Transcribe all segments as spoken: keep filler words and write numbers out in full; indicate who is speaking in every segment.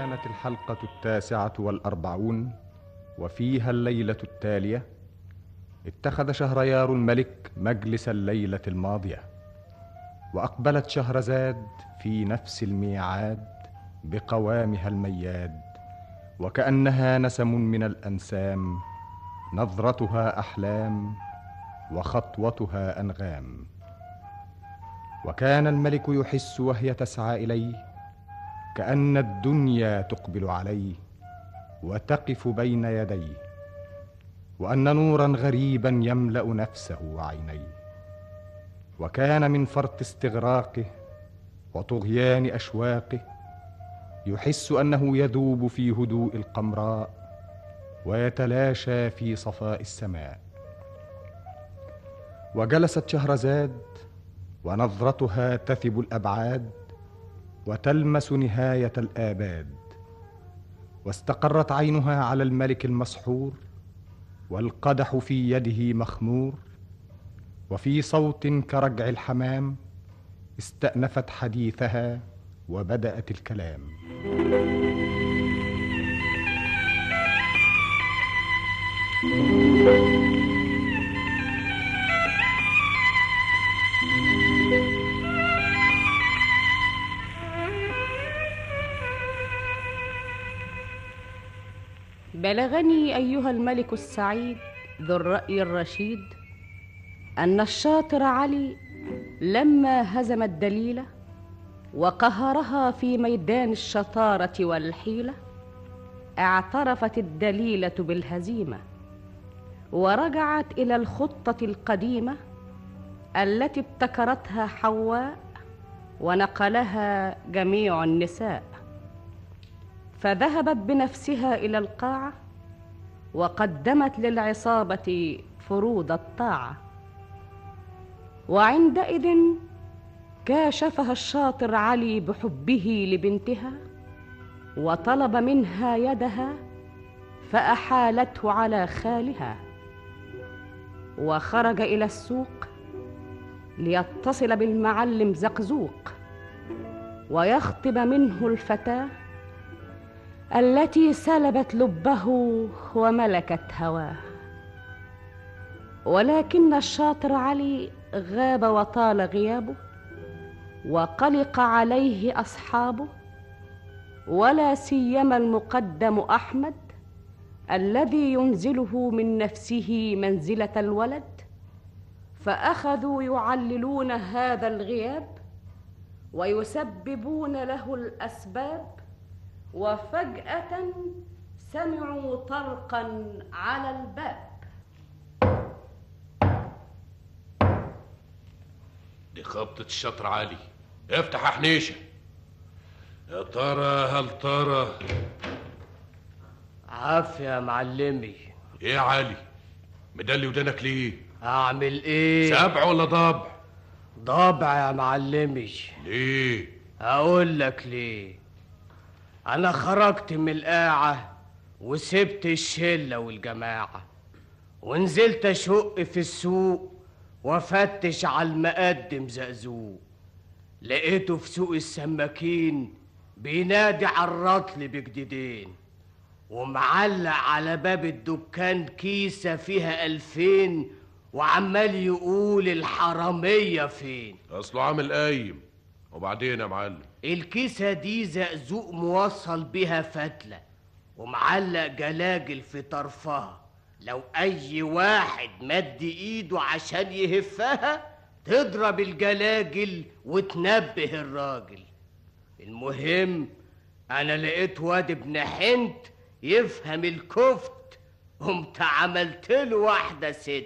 Speaker 1: كانت الحلقة التاسعة والأربعون وفيها الليلة التالية. اتخذ شهريار الملك مجلس الليلة الماضية، وأقبلت شهرزاد في نفس الميعاد بقوامها المياد، وكأنها نسم من الأنسام، نظرتها أحلام وخطوتها أنغام. وكان الملك يحس وهي تسعى إليه كأن الدنيا تقبل عليه وتقف بين يديه، وأن نورا غريبا يملأ نفسه وعينيه. وكان من فرط استغراقه وطغيان أشواقه يحس أنه يذوب في هدوء القمراء ويتلاشى في صفاء السماء. وجلست شهرزاد ونظرتها تثب الأبعاد وتلمس نهاية الآباد، واستقرت عينها على الملك المسحور والقدح في يده مخمور، وفي صوت كرجع الحمام استأنفت حديثها وبدأت الكلام.
Speaker 2: بلغني أيها الملك السعيد ذو الرأي الرشيد أن الشاطر علي لما هزم الدليلة وقهرها في ميدان الشطارة والحيلة، اعترفت الدليلة بالهزيمة ورجعت إلى الخطة القديمة التي ابتكرتها حواء ونقلها جميع النساء، فذهبت بنفسها إلى القاعة وقدمت للعصابة فروض الطاعة. وعندئذ كاشفها الشاطر علي بحبه لبنتها وطلب منها يدها فأحالته على خالها، وخرج إلى السوق ليتصل بالمعلم زقزوق ويخطب منه الفتاة التي سلبت لبه وملكت هواه. ولكن الشاطر علي غاب وطال غيابه وقلق عليه أصحابه، ولا سيما المقدم أحمد الذي ينزله من نفسه منزلة الولد، فأخذوا يعللون هذا الغياب ويسببون له الأسباب. وفجأة سمعوا طرقا على الباب.
Speaker 3: دي خبطة الشاطر علي، افتح يا حنيشة. يا ترى هل ترى؟
Speaker 4: عافية يا معلمي.
Speaker 3: ايه يا علي مدلي ودانك ليه؟
Speaker 4: اعمل ايه؟
Speaker 3: سبع ولا ضبع؟
Speaker 4: ضبع يا معلمي.
Speaker 3: ليه؟
Speaker 4: اقول لك ليه. انا خرجت من القاعة وسبت الشلة والجماعة ونزلت اشق في السوق وافتش على المقدم زقزوق، لقيته في سوق السماكين بينادي على الرطل بجديدين، ومعلق على باب الدكان كيسة فيها ألفين وعمال يقول الحرامية فين.
Speaker 3: اصله عامل قايم. وبعدين يا معلم؟
Speaker 4: الكيسة دي زقزوق موصل بيها فتلة ومعلق جلاجل في طرفها، لو أي واحد مد إيده عشان يهفها تضرب الجلاجل وتنبه الراجل. المهم أنا لقيت واد ابن حنت يفهم الكفت، قمت عملت له واحدة ست.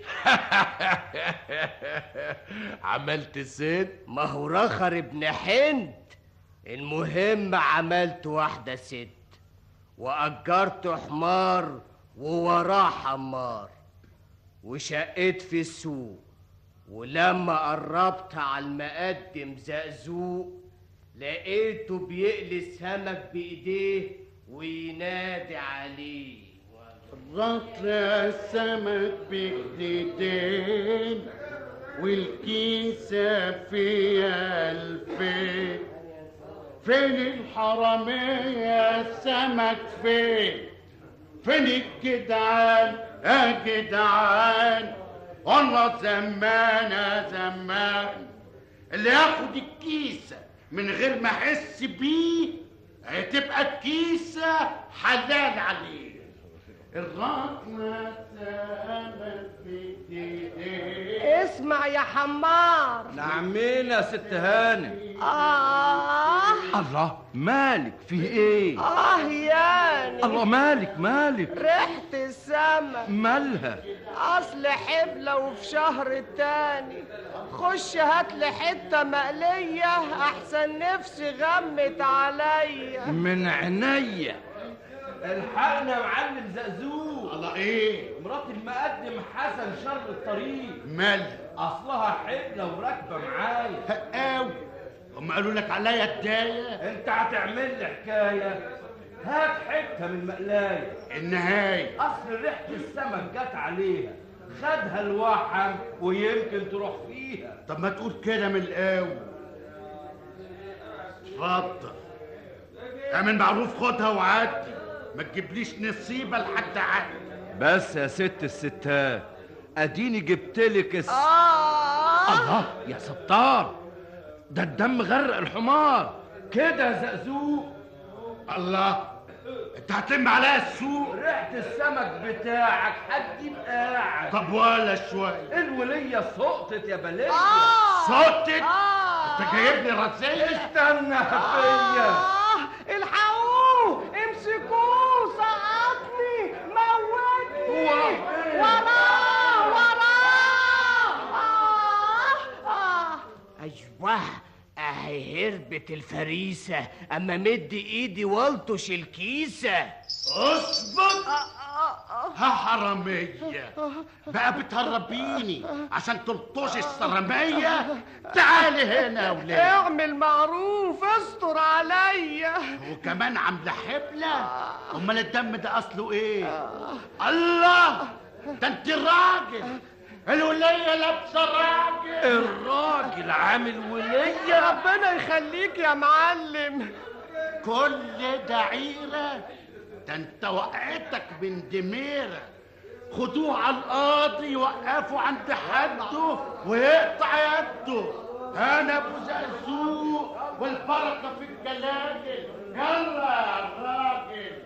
Speaker 3: عملت ست؟
Speaker 4: ما هو رخر ابن حنت. المهم عملت واحدة ست وأجرت حمار ووراه حمار وشقيت في السوق، ولما قربت على المقدم زقزوق لقيته بيقلي السمك بإيديه وينادي عليه.
Speaker 5: الرطل السمك بجديدين والكيسة فيها ألفين، فين الحرامية السمك فين؟ فين الجدعان يا جدعان؟ والله زمان يا زمان اللي ياخد الكيسة من غير ما احس بيه هتبقى الكيسة حلال عليه. الرقمة سامت في ايديه.
Speaker 4: اسمع يا حمار.
Speaker 6: نعمين يا ست هانم.
Speaker 4: آه
Speaker 6: الله مالك فيه ايه؟
Speaker 4: آه يعني
Speaker 6: الله مالك مالك
Speaker 4: ريحة السمك
Speaker 6: مالها؟
Speaker 4: أصل حبلة وفي شهر التاني. خش هاتلي حتة مقلية أحسن نفسي غمت عليا.
Speaker 6: من عينيا. الحقنا يا معلم زقزوق.
Speaker 5: الله ايه؟
Speaker 6: مرات المقدم حسن شر الطريق.
Speaker 5: مال
Speaker 6: اصلها حبلة وراكبة معايا.
Speaker 5: هقاوي. هم قالوا لك عليا الداية؟
Speaker 6: انت هتعمل لي حكاية. هات حتة من المقلاية.
Speaker 5: النهاية
Speaker 6: اصل ريحة السمك جت عليها خدها الوحم ويمكن تروح فيها.
Speaker 5: طب ما تقول كده من القاوي. اتفضل اعمل معروف خدها وعدي، ما تجيبليش نصيبه لحد عندي.
Speaker 6: بس يا ست الستات اديني جبتلك الس...
Speaker 4: آه
Speaker 6: الله يا ستار، ده الدم غرق الحمار كده يا زقزوق.
Speaker 5: الله انت هتلم عليا السوق.
Speaker 6: ريحة السمك بتاعك هتجيب قاعد.
Speaker 5: طب ولا شويه.
Speaker 6: الولية سقطت يا بلية.
Speaker 4: آه
Speaker 5: سقطت؟
Speaker 4: آه
Speaker 5: انت جايب لي رزية؟
Speaker 6: استنى فيا.
Speaker 4: آه الحقوه امسكوه سقطني موتني. وراه وراه. آه آه أيوه اهي هربت الفريسة. اما مد ايدي والطش الكيسة.
Speaker 5: اصبر. ها حرامية بقى بتهربيني عشان تلطشي السرمية؟ تعالي هنا يا ولاد.
Speaker 4: اعمل معروف استر عليا.
Speaker 5: وكمان عاملة حبلة؟ امال الدم ده اصله ايه؟ الله ده انت الراجل. الولية لابسة راجل.
Speaker 6: الراجل عامل ولية.
Speaker 4: ربنا يخليك يا معلم.
Speaker 5: كل ده عيرة؟ ده انت وقعتك من دميرة. خدوه على القاضي يوقفوا عند حده ويقطع يده. انا ابو زقزوق والبركة في الجلاجل. يلا يا الراجل.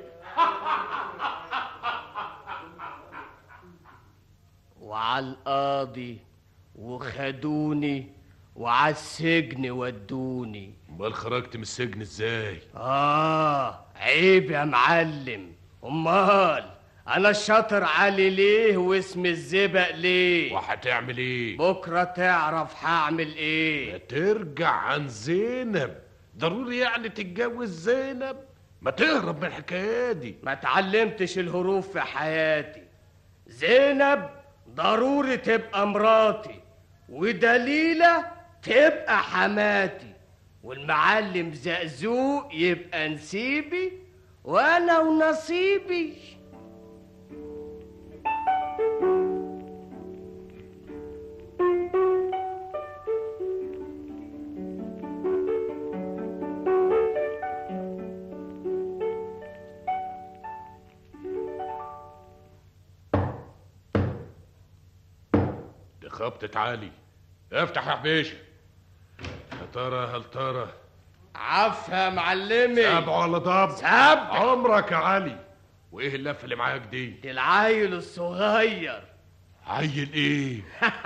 Speaker 4: وعلى القاضي وخدوني وعلى السجن ودوني.
Speaker 3: امال خرجت من السجن ازاي؟
Speaker 4: آه عيب يا معلم. أمال أنا الشاطر علي ليه واسم الزبق ليه؟
Speaker 3: وهتعمل ايه؟
Speaker 4: بكرة تعرف هعمل
Speaker 3: ما
Speaker 4: إيه.
Speaker 3: ترجع عن زينب. ضروري يعني تتجوز زينب؟ ما تهرب من الحكايه دي.
Speaker 4: ما اتعلمتش الهروب في حياتي. زينب ضروري تبقى مراتي، ودليلة تبقى حماتي، والمعلم زقزوق يبقى نسيبي، وانا ونصيبي.
Speaker 3: دي خبطة علي. افتح يا حبيشه. يا ترى هل ترى
Speaker 4: عفا يا معلمي.
Speaker 3: سبع ولا ضب؟
Speaker 4: سبع.
Speaker 3: عمرك يا علي. وايه اللفه اللي معاك دي؟
Speaker 4: دي العيل الصغير.
Speaker 3: عيل ايه؟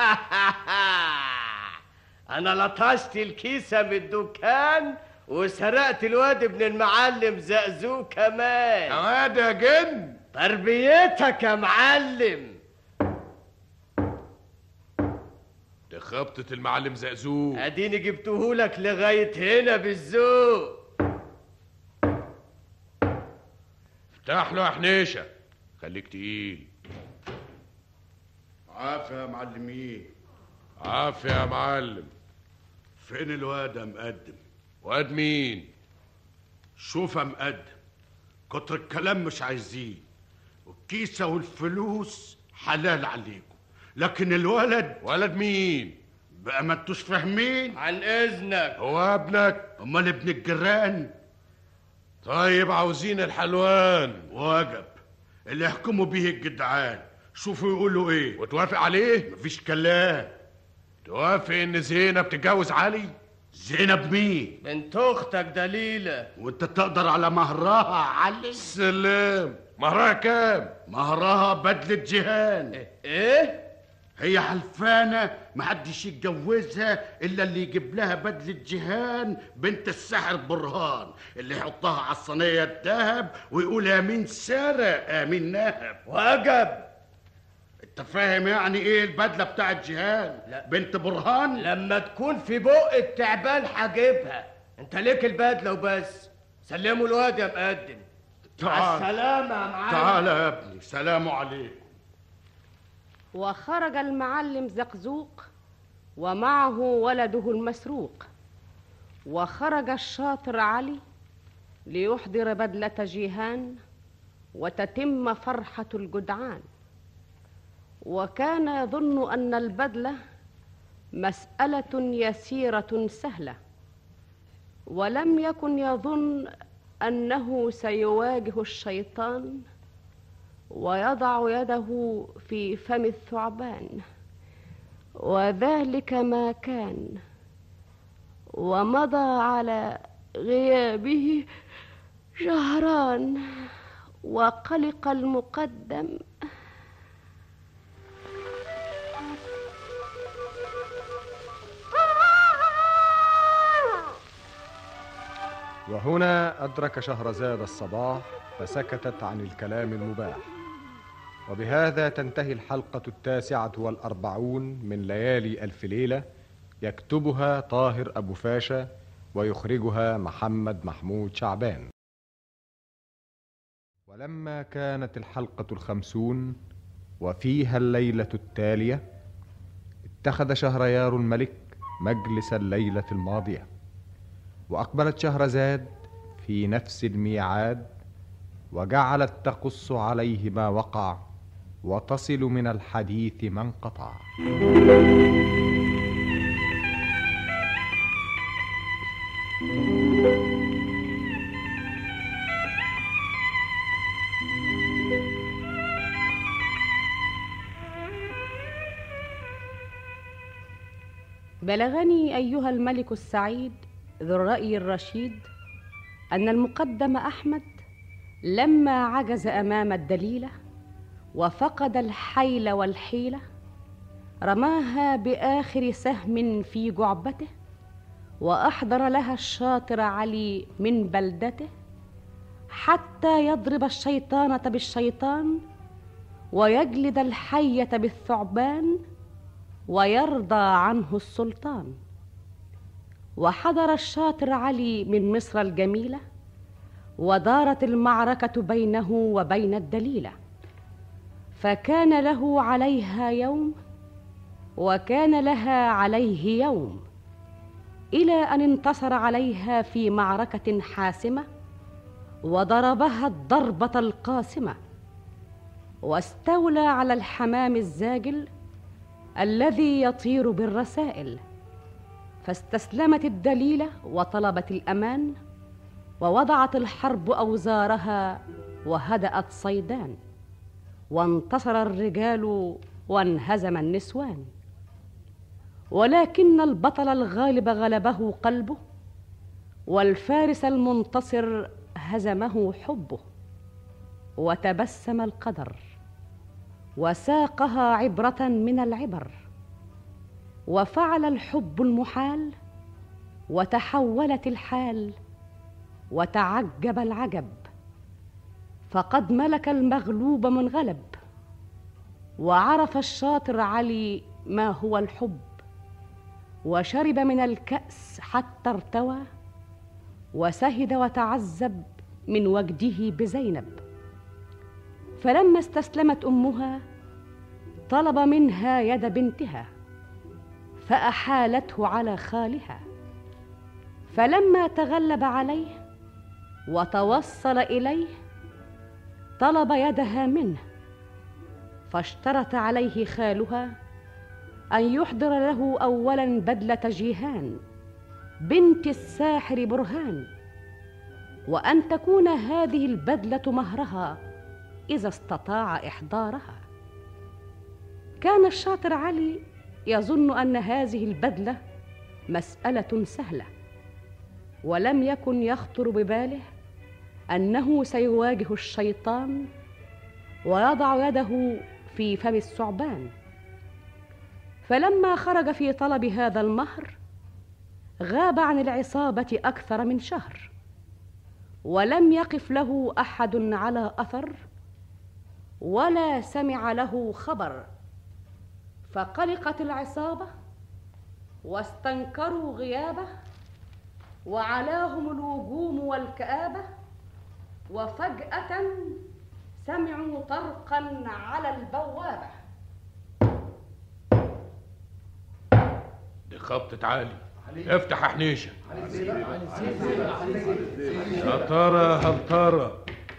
Speaker 4: انا لطشت الكيسه من الدكان وسرقت الواد ابن المعلم زقزوق كمان.
Speaker 3: واد يا جن.
Speaker 4: تربيتك يا معلم.
Speaker 3: دي خبطة المعلم زقزوق.
Speaker 4: اديني جبتهولك لغايه هنا بالذوق.
Speaker 3: افتح له يا حنيشه. خليك تقيل.
Speaker 5: عافية يا معلمين.
Speaker 3: عافية يا معلم.
Speaker 5: فين الواد يا مقدم؟
Speaker 3: واد مين؟
Speaker 5: شوف يا مقدم، كتر الكلام مش عايزين، والكيسة والفلوس حلال عليكم، لكن الولد.
Speaker 3: ولد مين؟
Speaker 5: بقى ما انتوش فاهمين.
Speaker 4: عن اذنك.
Speaker 3: هو ابنك؟
Speaker 5: امال ابن الجيران.
Speaker 3: طيب عاوزين الحلوان.
Speaker 5: واجب اللي يحكموا بيه الجدعان. شوفوا يقولوا ايه
Speaker 3: وتوافق عليه؟
Speaker 5: مفيش كلام.
Speaker 3: توافق ان زينب تتجوز علي؟
Speaker 5: زينب مين؟
Speaker 4: بنت اختك دليلة.
Speaker 5: وانت تقدر على مهرها علي؟
Speaker 3: سلام. مهرها كام؟
Speaker 5: مهرها بدلة جيهان.
Speaker 4: ايه, إيه؟
Speaker 5: هي حلفانة محدش يتجوزها إلا اللي يجيب لها بدلة جيهان بنت السحر برهان، اللي يحطها على الصينية الذهب ويقول آمين سارة آمين نهب.
Speaker 4: وجب.
Speaker 5: انت فاهم يعني ايه البدلة بتاعت جيهان؟
Speaker 4: لا.
Speaker 5: بنت برهان.
Speaker 4: لما تكون في بق التعبان هجيبها. انت ليك البدلة وبس. سلموا الواد يا مقدم.
Speaker 5: تعال.
Speaker 4: السلامة يا معلم.
Speaker 5: تعال يا ابني، سلام عليكم.
Speaker 2: وخرج المعلم زقزوق ومعه ولده المسروق، وخرج الشاطر علي ليحضر بدلة جيهان وتتم فرحة الجدعان. وكان يظن أن البدلة مسألة يسيرة سهلة، ولم يكن يظن أنه سيواجه الشيطان ويضع يده في فم الثعبان. وذلك ما كان، ومضى على غيابه شهران وقلق المقدم.
Speaker 1: وهنا أدرك شهرزاد الصباح فسكتت عن الكلام المباح. وبهذا تنتهي الحلقة التاسعة والأربعون من ليالي ألف ليلة، يكتبها طاهر أبو فاشا ويخرجها محمد محمود شعبان. ولما كانت الحلقة الخمسون وفيها الليلة التالية، اتخذ شهريار الملك مجلس الليلة الماضية، وأقبلت شهرزاد في نفس الميعاد، وجعلت تقص عليه ما وقع وتصل من الحديث ما انقطع.
Speaker 2: بلغني أيها الملك السعيد ذو الرأي الرشيد أن المقدم أحمد لما عجز أمام الدليلة وفقد الحيل والحيلة، رماها بآخر سهم في جعبته، وأحضر لها الشاطر علي من بلدته حتى يضرب الشيطانة بالشيطان ويجلد الحية بالثعبان ويرضى عنه السلطان. وحضر الشاطر علي من مصر الجميلة، ودارت المعركة بينه وبين الدليلة، فكان له عليها يوم وكان لها عليه يوم، إلى أن انتصر عليها في معركة حاسمة وضربها الضربة القاسمة، واستولى على الحمام الزاجل الذي يطير بالرسائل، فاستسلمت الدليلة وطلبت الأمان، ووضعت الحرب أوزارها وهدأت صيدان، وانتصر الرجال وانهزم النسوان. ولكن البطل الغالب غلبه قلبه، والفارس المنتصر هزمه حبه، وتبسم القدر وساقها عبرة من العبر، وفعل الحب المحال وتحولت الحال وتعجب العجب، فقد ملك المغلوب منغلب، وعرف الشاطر علي ما هو الحب، وشرب من الكأس حتى ارتوى، وسهد وتعذب من وجده بزينب. فلما استسلمت أمها طلب منها يد بنتها، فأحالته على خالها، فلما تغلب عليه وتوصل إليه طلب يدها منه، فاشترط عليه خالها أن يحضر له أولا بدلة جيهان بنت الساحر برهان، وأن تكون هذه البدلة مهرها إذا استطاع إحضارها. كان الشاطر علي يظن أن هذه البدلة مسألة سهلة، ولم يكن يخطر بباله أنه سيواجه الشيطان ويضع يده في فم الثعبان. فلما خرج في طلب هذا المهر غاب عن العصابة أكثر من شهر، ولم يقف له أحد على أثر ولا سمع له خبر. فقلقت العصابة واستنكروا غيابه، وعلاهم الوجوم والكآبة، وفجأة سمعوا طرقا على البوابة.
Speaker 3: دي خبطة علي. افتح يا حنيشة. يا ترى هل ترى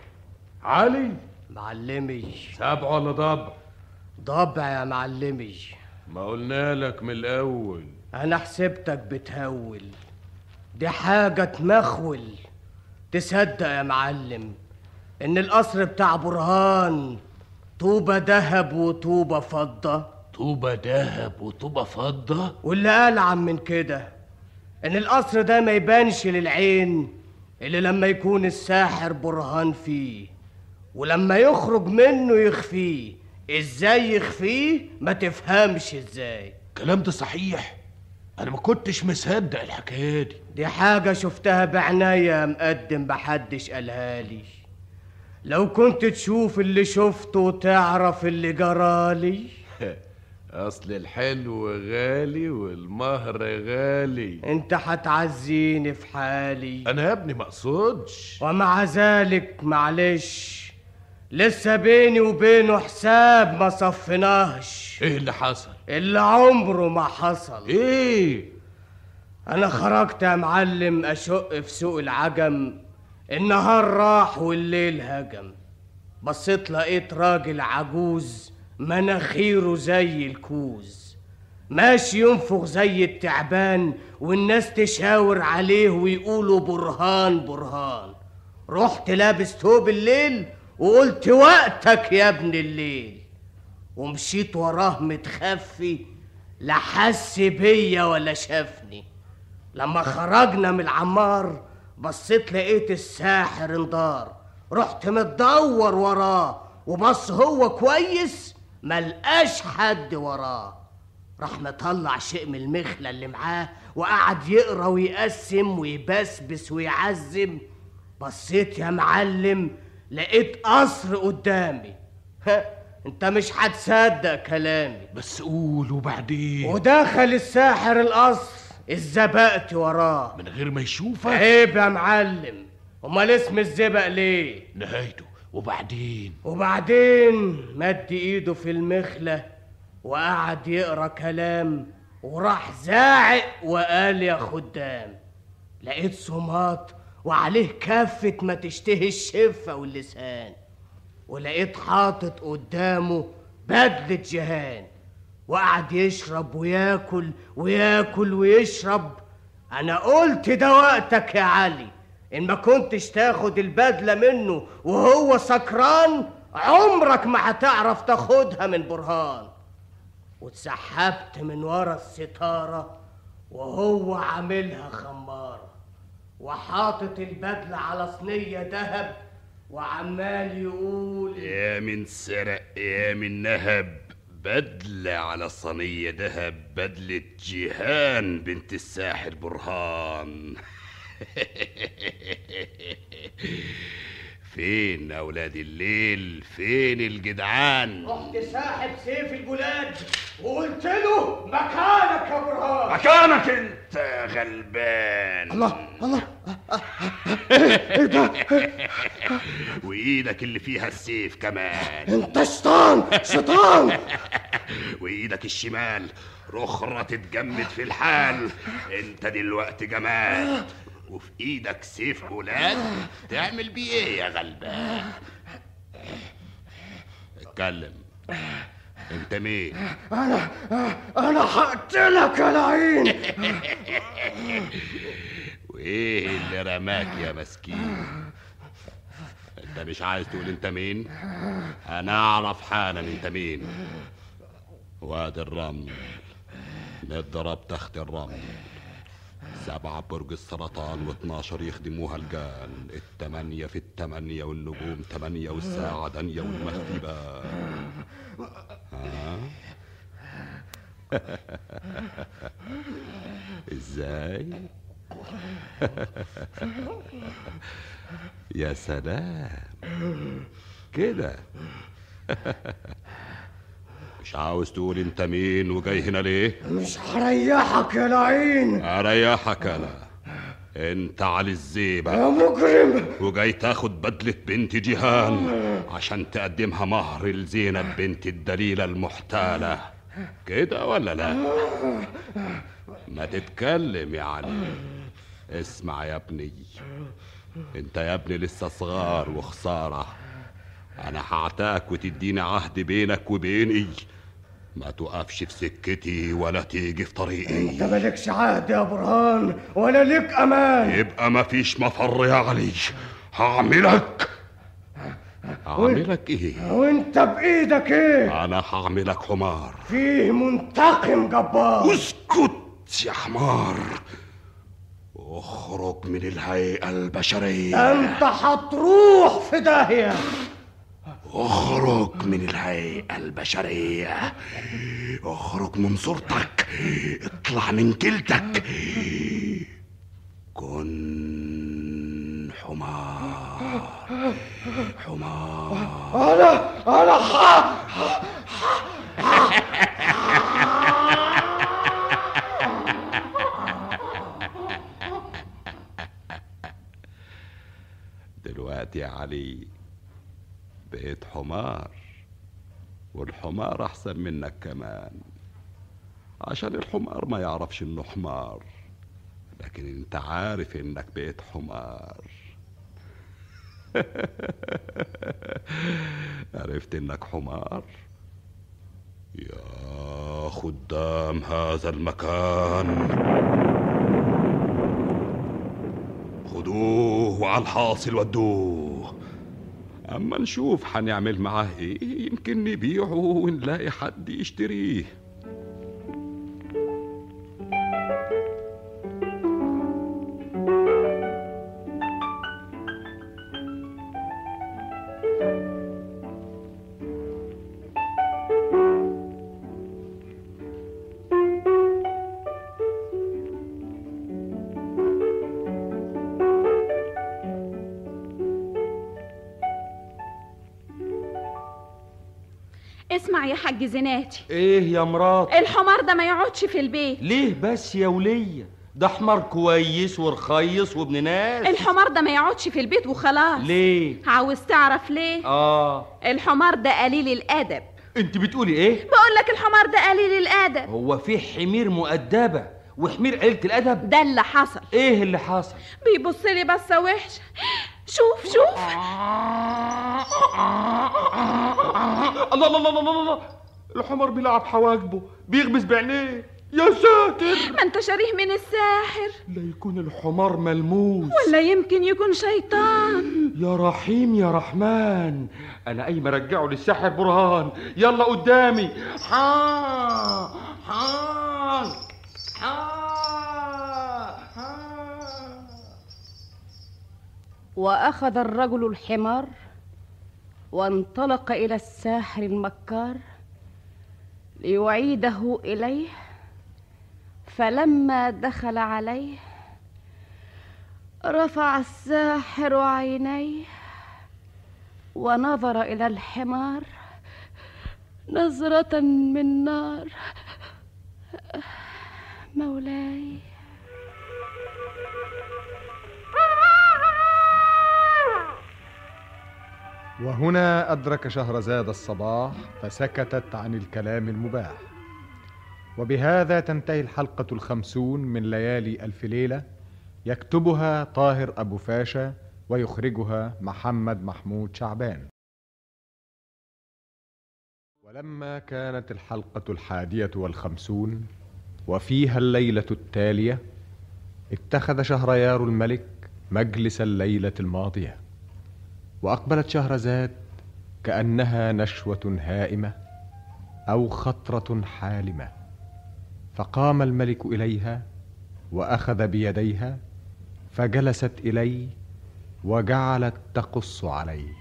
Speaker 3: علي؟
Speaker 4: معلمي.
Speaker 3: سبع ولا ضبع؟
Speaker 4: ضبع يا معلمي.
Speaker 3: ما قلنا لك من الأول.
Speaker 4: أنا حسبتك بتهول، دي حاجة تمخول. تصدق يا معلم إن القصر بتاع برهان طوبة دهب وطوبة فضة؟
Speaker 3: طوبة دهب وطوبة فضة؟
Speaker 4: واللي ألعن من كده إن القصر ده ما يبانش للعين إلا لما يكون الساحر برهان فيه، ولما يخرج منه يخفيه. إزاي يخفيه ما تفهمش إزاي.
Speaker 3: الكلام ده صحيح؟ أنا ما كنتش مصدق الحكاية دي.
Speaker 4: دي حاجة شفتها بعناية مقدم، محدش قالها لي. لو كنت تشوف اللي شفته وتعرف اللي جرالي.
Speaker 3: أصل الحلو غالي والمهر غالي.
Speaker 4: انت هتعزيني في حالي.
Speaker 3: أنا يا ابني مقصودش.
Speaker 4: ومع ذلك معلش لسه بيني وبينه حساب ما صفناهش.
Speaker 3: ايه اللي حصل؟
Speaker 4: اللي عمره ما حصل.
Speaker 3: ايه؟
Speaker 4: انا خرجت يا معلم اشق في سوق العجم، النهار راح والليل هجم. بصيت لقيت راجل عجوز مناخيره زي الكوز، ماشي ينفخ زي التعبان، والناس تشاور عليه ويقولوا برهان برهان. رحت لابس ثوب الليل وقلت وقتك يا ابن الليل، ومشيت وراه متخفي، لا حس بيا ولا شافني. لما خرجنا من العمار بصيت لقيت الساحر انضار، رحت متدور وراه وبص هو كويس ملقاش حد وراه. راح مطلع شيء من المخلة اللي معاه وقعد يقرا ويقسم ويبسبس ويعزم. بصيت يا معلم لقيت قصر قدامي. ها انت مش هتصدق كلامي.
Speaker 3: بس قول وبعدين.
Speaker 4: ودخل الساحر القصر، الزبقت وراه
Speaker 3: من غير ما يشوفك.
Speaker 4: عيب يا معلم، امال اسم الزبق ليه؟
Speaker 3: نهايته. وبعدين
Speaker 4: وبعدين مد ايده في المخلة وقعد يقرا كلام، وراح زاعق وقال يا خدام. لقيت صمات وعليه كافة ما تشتهي الشفة واللسان، ولقيت حاطط قدامه بدلة جهان، وقعد يشرب وياكل وياكل ويشرب. انا قلت ده وقتك يا علي، ان ما كنتش تاخد البدلة منه وهو سكران عمرك ما هتعرف تاخدها من برهان. واتسحبت من ورا الستارة وهو عاملها خمارة، وحاطط البدلة على صينية دهب وعمال يقول
Speaker 7: يا من سرق يا من نهب، بدلة على صينية دهب، بدلة جيهان بنت الساحر برهان. فين أولاد الليل؟ فين الجدعان؟
Speaker 4: رحت ساحب سيف البلاد وقلت له مكانك يا برهان.
Speaker 7: مكانك انت يا غلبان.
Speaker 5: الله الله
Speaker 7: ايه ده؟ وايدك اللي فيها السيف كمان.
Speaker 5: انت شيطان شيطان.
Speaker 7: وايدك الشمال رخرة تتجمد في الحال. انت دلوقتي جمال، وفي ايدك سيف بولاد تعمل بيه ايه يا غلبان؟ اتكلم انت مين؟
Speaker 4: انا انا هقتلك يا لعين.
Speaker 7: وايه اللي رماك يا مسكين؟ انت مش عايز تقول انت مين؟ انا اعرف حالا انت مين. وادي الرمل، نضرب تحت الرمل، سبعة برج السرطان واثناشر يخدموها الجان، التمانية في التمانية والنجوم تمانية والساعة دانية والمغربة. ها؟ ازاي؟ يا سلام كده. مش عاوز تقول انت مين وجاي هنا ليه؟
Speaker 4: مش هريحك يا لعين.
Speaker 7: اريحك انا؟ انت علي الزيبة
Speaker 4: يا مجرم،
Speaker 7: وجاي تاخد بدلة بنت جيهان عشان تقدمها مهر لزينب بنت الدليلة المحتالة، كده ولا لا؟ ما تتكلم يا علي. اسمع يا ابني، انت يا ابني لسه صغار وخسارة. انا هعتاك وتديني عهد بينك وبيني، ما توقفش في سكتي ولا تيجي في طريقي.
Speaker 4: انت مالكش عهد يا برهان ولا ليك امان.
Speaker 7: يبقى ما فيش مفر يا علي. هعملك هعملك ايه؟
Speaker 4: وانت بايدك ايه؟
Speaker 7: انا هعملك حمار
Speaker 4: فيه منتقم جبار.
Speaker 7: اسكت يا حمار، اخرج من الهيئة البشرية.
Speaker 4: انت هتروح في داهية.
Speaker 7: اخرج من الهيئة البشرية، اخرج من صورتك، اطلع من جلدك، كن حمار حمار.
Speaker 4: انا انا ح...
Speaker 7: دلوقتي يا علي بقيت حمار، والحمار احسن منك كمان، عشان الحمار ما يعرفش انه حمار، لكن انت عارف انك بقيت حمار. عرفت انك حمار؟ يا خدام هذا المكان، خدوه وعلى الحاصل ودوه، اما نشوف هنعمل معاه ايه، يمكن نبيعه ونلاقي حد يشتريه.
Speaker 8: اسمع يا حاج زناتي.
Speaker 6: ايه يا مرات؟
Speaker 8: الحمار ده ما يقعدش في البيت.
Speaker 6: ليه بس يا ولية؟ ده حمار كويس ورخيص وابن ناس.
Speaker 8: الحمار ده ما يقعدش في البيت وخلاص.
Speaker 6: ليه؟
Speaker 8: عاوز تعرف ليه؟
Speaker 6: اه
Speaker 8: الحمار ده قليل الادب.
Speaker 6: انت بتقولي ايه؟
Speaker 8: بقول لك الحمار ده قليل الادب.
Speaker 6: هو في حمير مؤدبة وحمير قليلة الادب؟
Speaker 8: ده اللي حصل.
Speaker 6: ايه اللي حصل؟
Speaker 8: بيبص لي بصه وحشه. شوف شوف.
Speaker 6: الله الله الله الله الله، الحمار بيلعب حواجبه، بيغمز بعينيه. يا ساتر،
Speaker 8: ما انت شاريه من الساحر.
Speaker 6: لا يكون الحمار ملموس،
Speaker 8: ولا يمكن يكون شيطان.
Speaker 6: يا رحيم يا رحمن، انا قايم ارجعه للساحر برهان. يلا قدامي. حان حان حان.
Speaker 2: واخذ الرجل الحمار وانطلق الى الساحر المكار ليعيده اليه، فلما دخل عليه رفع الساحر عينيه ونظر الى الحمار نظرة من نار. مولاي.
Speaker 1: وهنا أدرك شهرزاد الصباح فسكتت عن الكلام المباح. وبهذا تنتهي الحلقة الخمسون من ليالي ألف ليلة، يكتبها طاهر أبو فاشا ويخرجها محمد محمود شعبان. ولما كانت الحلقة الحادية والخمسون وفيها الليلة التالية، اتخذ شهريار الملك مجلس الليلة الماضية، وأقبلت شهرزاد كأنها نشوة هائمة أو خطرة حالمة، فقام الملك إليها وأخذ بيديها فجلست إليه وجعلت تقص عليه.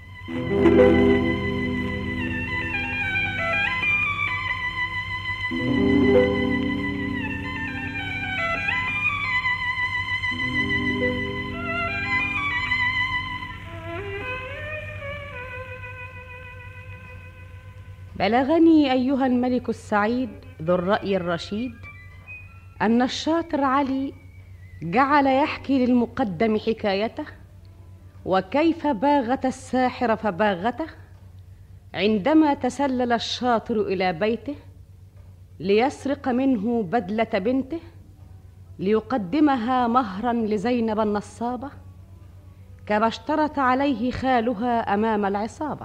Speaker 2: بلغني أيها الملك السعيد ذو الرأي الرشيد أن الشاطر علي جعل يحكي للمقدم حكايته، وكيف باغت الساحر فباغته عندما تسلل الشاطر إلى بيته ليسرق منه بدلة بنته ليقدمها مهرا لزينب النصابة، كما اشترط عليه خالها أمام العصابة.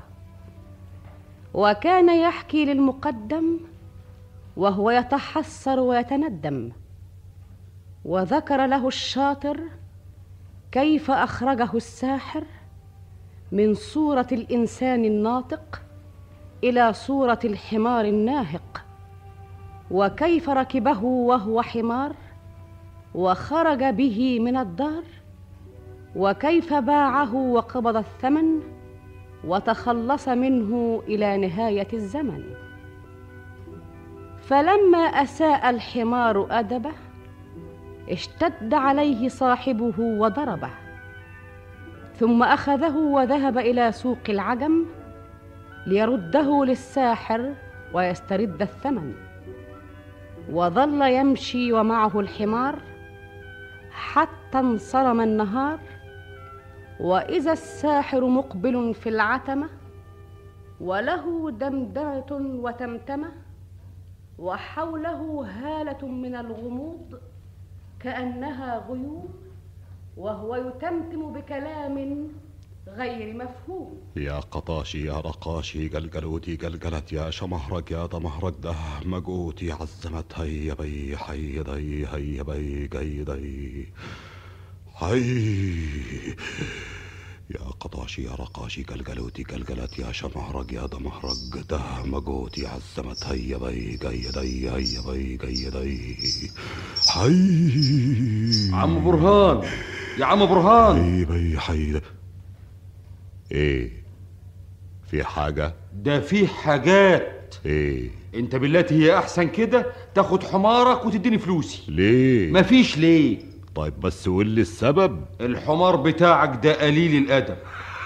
Speaker 2: وكان يحكي للمقدم وهو يتحسر ويتندم، وذكر له الشاطر كيف أخرجه الساحر من صورة الإنسان الناطق إلى صورة الحمار الناهق، وكيف ركبه وهو حمار وخرج به من الدار، وكيف باعه وقبض الثمن وتخلص منه إلى نهاية الزمن. فلما أساء الحمار أدبه اشتد عليه صاحبه وضربه، ثم أخذه وذهب إلى سوق العجم ليرده للساحر ويسترد الثمن. وظل يمشي ومعه الحمار حتى انصرم النهار، وإذا الساحر مقبل في العتمة وله دمدمة وتمتمة وحوله هالة من الغموض كأنها غيوم، وهو يتمتم بكلام غير مفهوم.
Speaker 7: يا قطاشي يا رقاشي قلقلوتي قلقلت يا شمهرك يا ضمهرك ده مقوتي عزمت هيا بي حي ضي هيا بي قيضي هي. يا قطاشي يا رقاشي قلقلوتي قلقلت يا شمهرك يا ضمهرك ده مقوتي عزمت هيا بي قيضي هيا بي قيضي حي.
Speaker 6: عم برهان يا عم برهان.
Speaker 7: هي بي حي. ايه في حاجة؟
Speaker 6: ده في حاجات.
Speaker 7: ايه؟
Speaker 6: انت بالتي هي احسن كده تاخد حمارك وتديني فلوسي.
Speaker 7: ليه؟
Speaker 6: مفيش ليه.
Speaker 7: طيب بس قول لي السبب.
Speaker 6: الحمار بتاعك ده قليل الادب.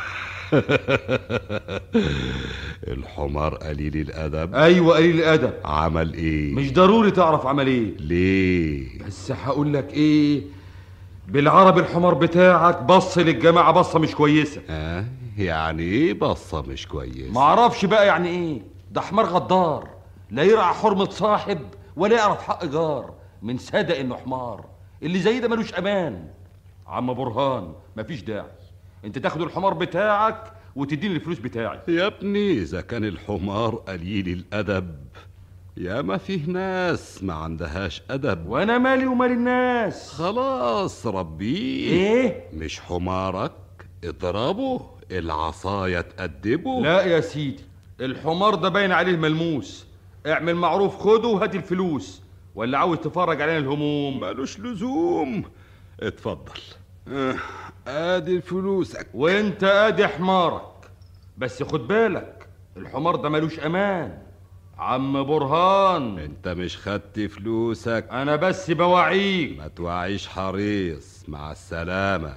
Speaker 7: الحمار قليل الادب؟
Speaker 6: ايوه قليل الادب.
Speaker 7: عمل ايه؟
Speaker 6: مش ضروري تعرف عمل ايه.
Speaker 7: ليه؟
Speaker 6: بس هقول لك ايه، بالعربي الحمار بتاعك بص للجماعه بصه مش كويسه.
Speaker 7: اه يعني ايه بصه مش كويسه؟
Speaker 6: معرفش بقى يعني ايه. ده حمار غدار، لا يرعى حرمه صاحب ولا يعرف حق جار، من صدق انه حمار. اللي زي ده ملوش امان. عم برهان مفيش داعي، انت تاخد الحمار بتاعك وتديني الفلوس بتاعي.
Speaker 7: يا ابني اذا كان الحمار قليل الادب يا ما فيه ناس ما عندهاش ادب.
Speaker 6: وانا مالي ومال الناس.
Speaker 7: خلاص ربيه.
Speaker 6: ايه؟
Speaker 7: مش حمارك اضربه العصايه تأدبه.
Speaker 6: لا يا سيدي، الحمار ده باين عليه ملموس. اعمل معروف خده وهات الفلوس، ولا عاوز تفرج علينا الهموم؟
Speaker 7: مالوش لزوم. اتفضل اه ادي فلوسك،
Speaker 6: وانت ادي حمارك. بس خد بالك الحمار ده مالوش امان. عم برهان
Speaker 7: انت مش خدت فلوسك؟
Speaker 6: انا بس بوعيك.
Speaker 7: ما توعيش حريص. مع السلامة.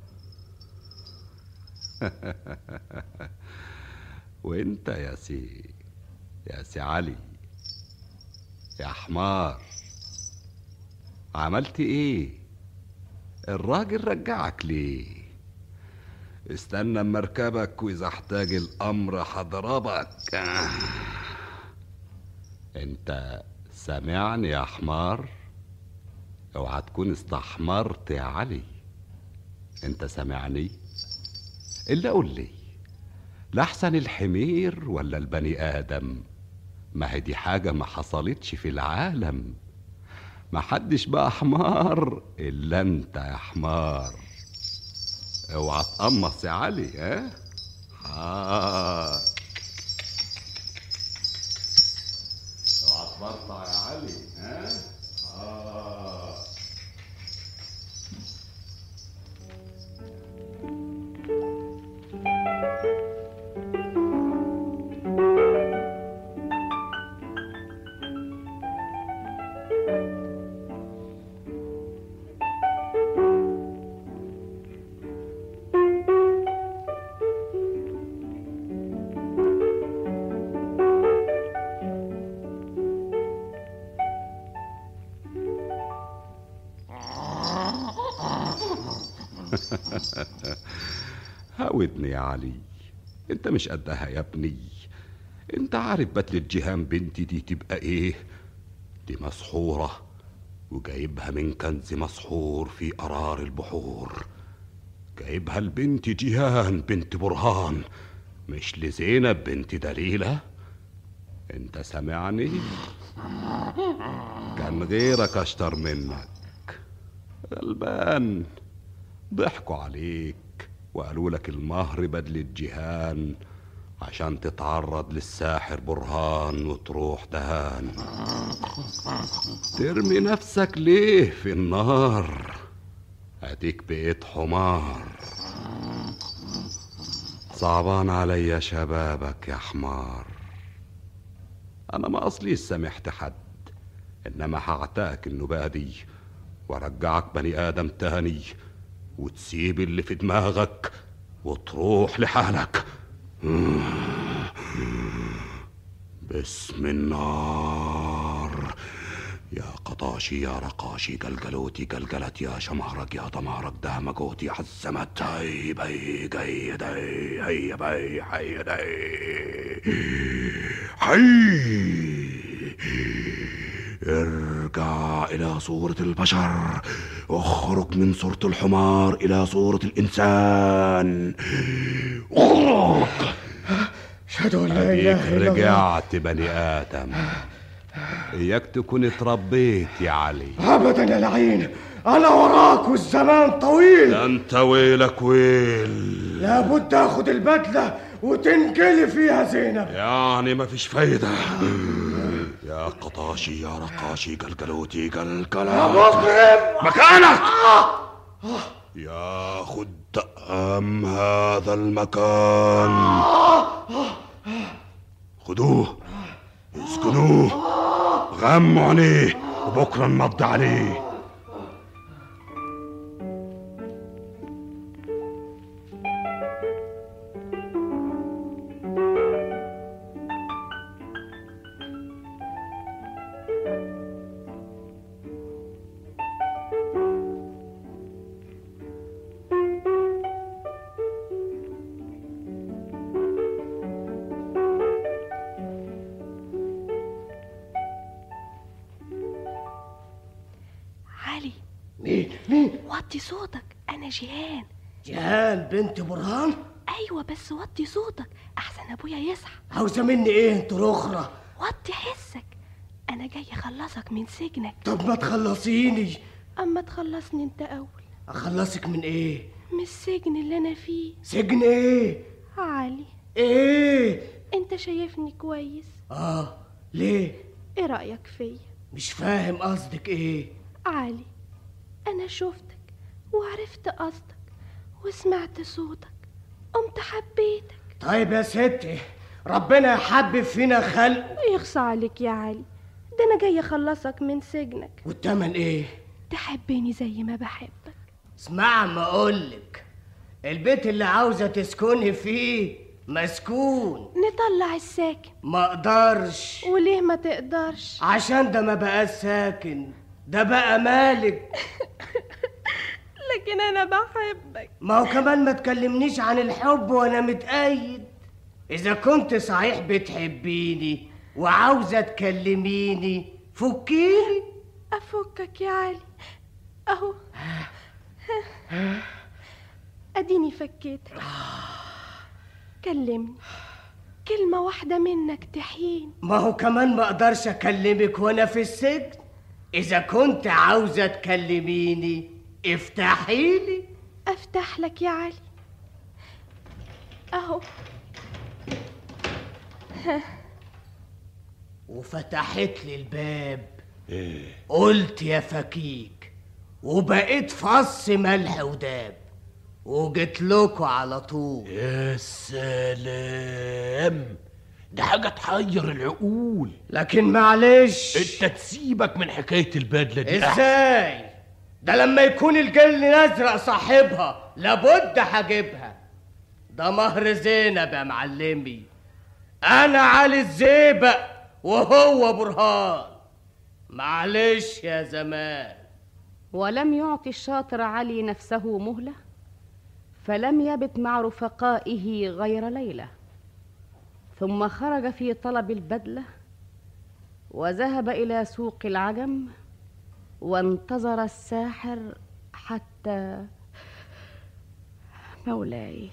Speaker 7: وانت يا سي يا سي علي يا حمار عملت ايه؟ الراجل رجعك ليه؟ استنى اما اركبك واذا احتاج الامر هضربك. انت سامعني يا حمار؟ اوعى تكون استحمرت يا علي. انت سامعني؟ الا قول لي، لحسن الحمير ولا البني ادم؟ ما هي دي حاجة ما حصلتش في العالم. ما حدش بقى حمار إلا أنت يا حمار. اوعى تقمص يا علي. ها آه. اوعى تبرطع يا علي. ها آه. هاودني يا علي، انت مش قدها يا ابني. انت عارف بدلة جيهان بنتي دي تبقى ايه؟ دي مسحورة وجايبها من كنز مسحور في قرار البحور. جايبها لبنت جيهان بنت برهان، مش لزينب بنت دليلة. انت سامعني؟ كان غيرك اشطر منك. غلبان، ضحكوا عليك وقالوا لك المهر بدلة جيهان عشان تتعرض للساحر برهان وتروح دهان. ترمي نفسك ليه في النار؟ اديك بقيت حمار. صعبان عليا شبابك يا حمار. انا ما اصليش سامحت حد، انما هعتاك النباة دي وارجعك بني ادم تاني، وتسيب اللي في دماغك وتروح لحالك. باسم النار يا قطاشي يا رقاشي جلجلوتي جلجلت يا شمهرك يا دمهرك دهمجوتي عزمت هي بي جي دي هي بي حي دي حي. ارجع إلى صورة البشر، اخرج من صورة الحمار إلى صورة الإنسان. اخرج.
Speaker 4: أشهد أن لا إله إلا الله.
Speaker 7: رجعت بني آدم. إياك تكون اتربيت يا علي.
Speaker 4: أبدا يا لعين، أنا وراك والزمان طويل.
Speaker 7: ده أنت ويلك ويل.
Speaker 4: لابد أخد البدلة وتنقلي فيها زينب.
Speaker 7: يعني مفيش فايدة. يا قطاشي يا رقاشي جلجلوتي جلجلات
Speaker 4: يا مجرم
Speaker 7: مكانك. يا خدام هذا المكان، خدوه اسكنوه غموا عليه وبكره نمضي عليه.
Speaker 4: مين مين؟
Speaker 8: وطي صوتك، انا جيهان.
Speaker 4: جيهان بنت برهان؟
Speaker 8: ايوه بس وطي صوتك احسن ابويا يصحى.
Speaker 4: عاوزه مني ايه انت رخرة؟
Speaker 8: وطي حسك، انا جاي اخلصك من سجنك.
Speaker 4: طب ما تخلصيني.
Speaker 8: اما تخلصني انت اول.
Speaker 4: اخلصك من ايه؟
Speaker 8: من السجن اللي انا فيه.
Speaker 4: سجن ايه؟
Speaker 8: علي.
Speaker 4: ايه؟
Speaker 8: انت شايفني كويس؟
Speaker 4: اه. ليه؟
Speaker 8: ايه رأيك فيا؟
Speaker 4: مش فاهم قصدك ايه؟
Speaker 8: علي، انا شفتك وعرفت قصدك وسمعت صوتك قمت حبيتك.
Speaker 4: طيب يا ستي، ربنا يحبب فينا خلقه.
Speaker 8: يخصى عليك يا علي، ده انا جاي اخلصك من سجنك.
Speaker 4: والتمن ايه؟
Speaker 8: تحبني زي ما بحبك.
Speaker 4: اسمع ما اقولك، البيت اللي عاوزه تسكني فيه مسكون.
Speaker 8: نطلع الساكن.
Speaker 4: ما اقدرش.
Speaker 8: وليه ما تقدرش؟
Speaker 4: عشان ده ما بقاش ساكن، ده بقى مالك.
Speaker 8: لكن انا بحبك.
Speaker 4: ما هو كمان ما تكلمنيش عن الحب وانا متأيد. اذا كنت صحيح بتحبيني وعاوزه تكلميني فكيني.
Speaker 8: افكك يا علي اهو. اديني فكيتك. كلمني كلمه كلمة واحدة منك تحين.
Speaker 4: ما هو كمان ما اقدرش اكلمك وانا في السجن. اذا كنت عاوزة تكلميني افتحيلي.
Speaker 8: افتح لك يا علي اهو.
Speaker 4: وفتحت لي الباب.
Speaker 3: ايه؟
Speaker 4: قلت يا فكيك وبقيت فص ملح وداب وجيت لكوا على طول.
Speaker 3: يا سلام، ده حاجة تحير العقول.
Speaker 4: لكن معلش،
Speaker 3: انت تسيبك من حكاية البدلة دي.
Speaker 4: ازاي؟ ده لما يكون الجل الازرق صاحبها لابد هجيبها. ده مهر زينب يا معلمي. انا علي الزيبق وهو برهان. معلش يا زمان.
Speaker 2: ولم يعطي الشاطر علي نفسه مهلة، فلم يبت مع رفقائه غير ليلة، ثم خرج في طلب البدلة وذهب إلى سوق العجم وانتظر الساحر حتى مولاي.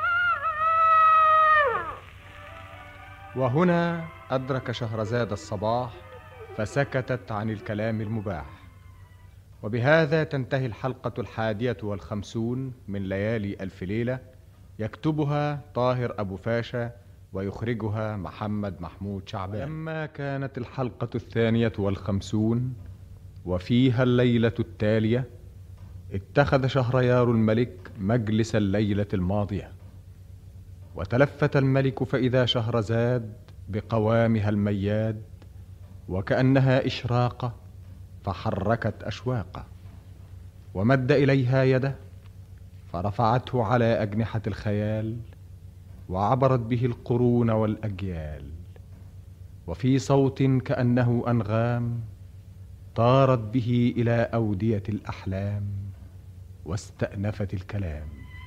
Speaker 1: وهنا أدرك شهرزاد الصباح فسكتت عن الكلام المباح. وبهذا تنتهي الحلقة الحادية والخمسون من ليالي ألف ليلة، يكتبها طاهر أبو فاشا ويخرجها محمد محمود شعبان. لما كانت الحلقة الثانية والخمسون وفيها الليلة التالية، اتخذ شهريار الملك مجلس الليلة الماضية، وتلفت الملك فإذا شهرزاد بقوامها المياد وكأنها إشراقة، فحركت أشواقه ومد إليها يده فرفعته على أجنحة الخيال وعبرت به القرون والأجيال، وفي صوت كأنه أنغام طارت به إلى أودية الأحلام واستأنفت الكلام.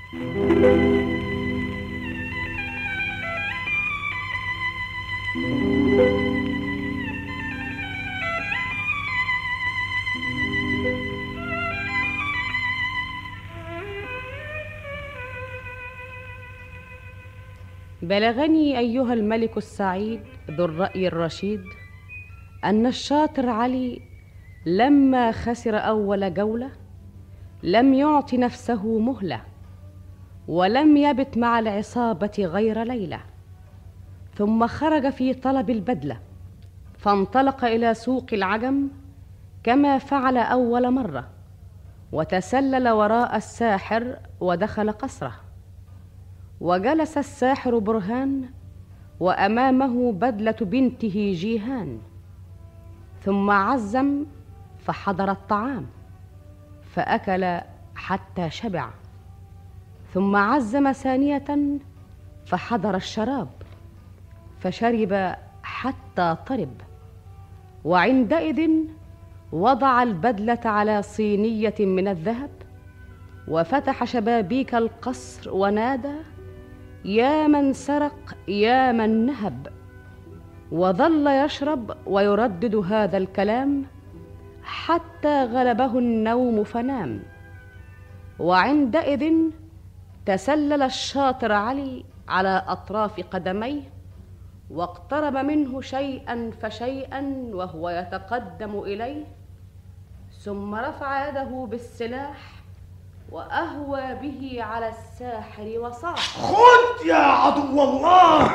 Speaker 2: بلغني أيها الملك السعيد ذو الرأي الرشيد أن الشاطر علي لما خسر أول جولة لم يعط نفسه مهلة، ولم يبت مع العصابة غير ليلة، ثم خرج في طلب البدلة فانطلق إلى سوق العجم كما فعل أول مرة، وتسلل وراء الساحر ودخل قصره. وجلس الساحر برهان وأمامه بدلة بنته جيهان، ثم عزم فحضر الطعام فأكل حتى شبع، ثم عزم ثانية فحضر الشراب فشرب حتى طرب، وعندئذ وضع البدلة على صينية من الذهب وفتح شبابيك القصر ونادى: يا من سرق يا من نهب، وظل يشرب ويردد هذا الكلام حتى غلبه النوم فنام. وعندئذ تسلل الشاطر علي على أطراف قدميه واقترب منه شيئا فشيئا وهو يتقدم إليه، ثم رفع يده بالسلاح وأهوى به على الساحر وصاح:
Speaker 4: خذ يا عدو الله.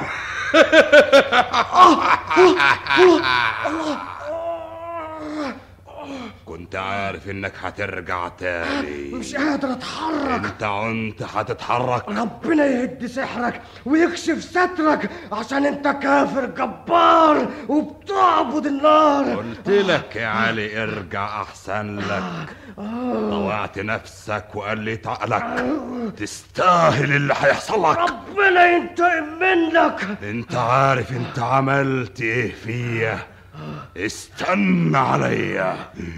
Speaker 7: كنت عارف انك هترجع تاني.
Speaker 4: مش قادر اتحرك.
Speaker 7: انت عنت هتتحرك.
Speaker 4: ربنا يهد سحرك ويكشف سترك، عشان انت كافر جبار وبتعبد النار.
Speaker 7: قلت لك يا علي ارجع احسن لك. طوعت نفسك وقلت عقلك. تستاهل اللي هيحصل لك.
Speaker 4: ربنا ينتقم منك.
Speaker 7: انت عارف انت عملت ايه فيا. استنى عليا.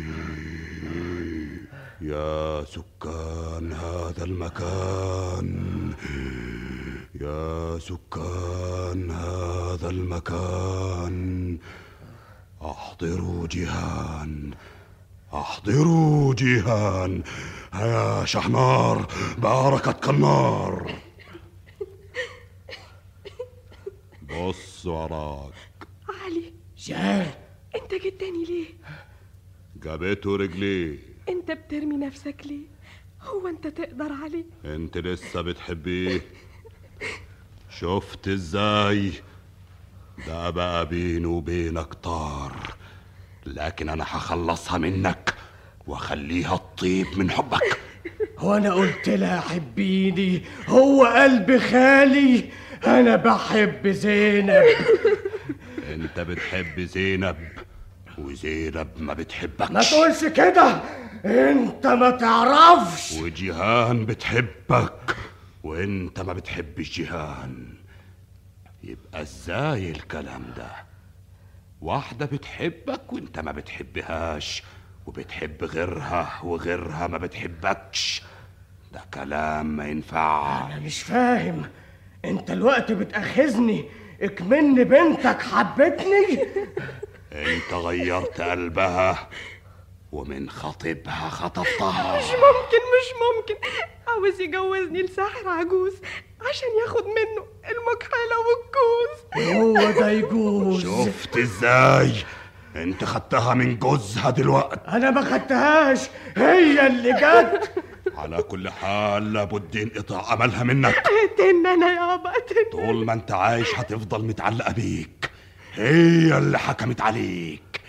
Speaker 7: يا سكان هذا المكان، يا سكان هذا المكان، احضروا جيهان، احضروا جيهان. يا شحنار باركتك النار. بص وراك.
Speaker 8: علي،
Speaker 4: جان،
Speaker 8: انت جداني ليه؟
Speaker 7: جابته رجليه.
Speaker 8: انت بترمي نفسك ليه؟ هو انت تقدر عليه؟
Speaker 7: انت لسه بتحبيه؟ شفت ازاي؟ ده بقى بيني وبينك طار، لكن انا هخلصها منك واخليها تطيب من حبك.
Speaker 4: هو انا قلت لها حبيني؟ هو قلب خالي. انا بحب زينب.
Speaker 7: انت بتحب زينب وزينب ما بتحبكش.
Speaker 4: ما تقولش كده، انت ما تعرفش.
Speaker 7: وجيهان بتحبك وانت ما بتحبش جيهان. يبقى ازاي الكلام ده؟ واحدة بتحبك وانت ما بتحبهاش، وبتحب غيرها وغيرها ما بتحبكش. ده كلام ما ينفع.
Speaker 4: انا مش فاهم، انت الوقت بتأخذني اكمن بنتك حبتني.
Speaker 7: انت غيرت قلبها ومن خطيبها خطفتها.
Speaker 8: مش ممكن مش ممكن، عاوز يجوزني لساحر عجوز عشان ياخد منه المكحلة والجوز.
Speaker 4: هو ده يجوز؟
Speaker 7: شفت ازاي؟ انت خدتها من جوزها دلوقتي.
Speaker 4: انا ما خدتهاش، هي اللي جت.
Speaker 7: على كل حال لابد انقطاع املها منك.
Speaker 8: اقتلنا انا يابا، اقتلنا.
Speaker 7: طول ما انت عايش هتفضل متعلقة بيك، هي اللي حكمت عليك.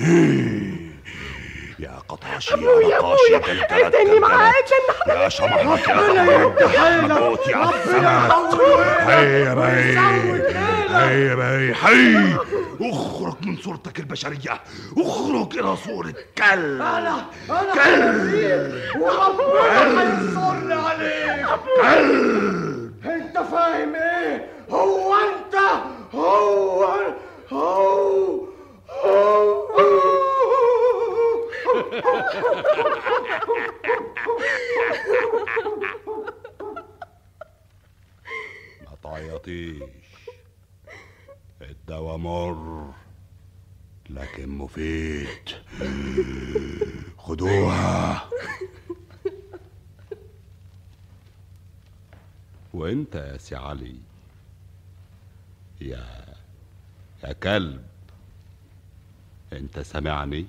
Speaker 7: يا قطاشي يا قطاشي،
Speaker 8: اقتلني معاك
Speaker 7: يا شمعك يا مبوت يا السماء. هيا بي هيا بي حي، اخرج من صورتك البشرية، اخرج الى صورة كلب.
Speaker 4: انا انا كلب وربنا هينصرني عليك.
Speaker 7: كلب.
Speaker 4: انت فاهم ايه؟ هو انت هو هو هو
Speaker 7: ما تعيطيش، الدواء مر لكن مفيد. خدوها. وانت يا سي علي، يا يا كلب، انت سامعني؟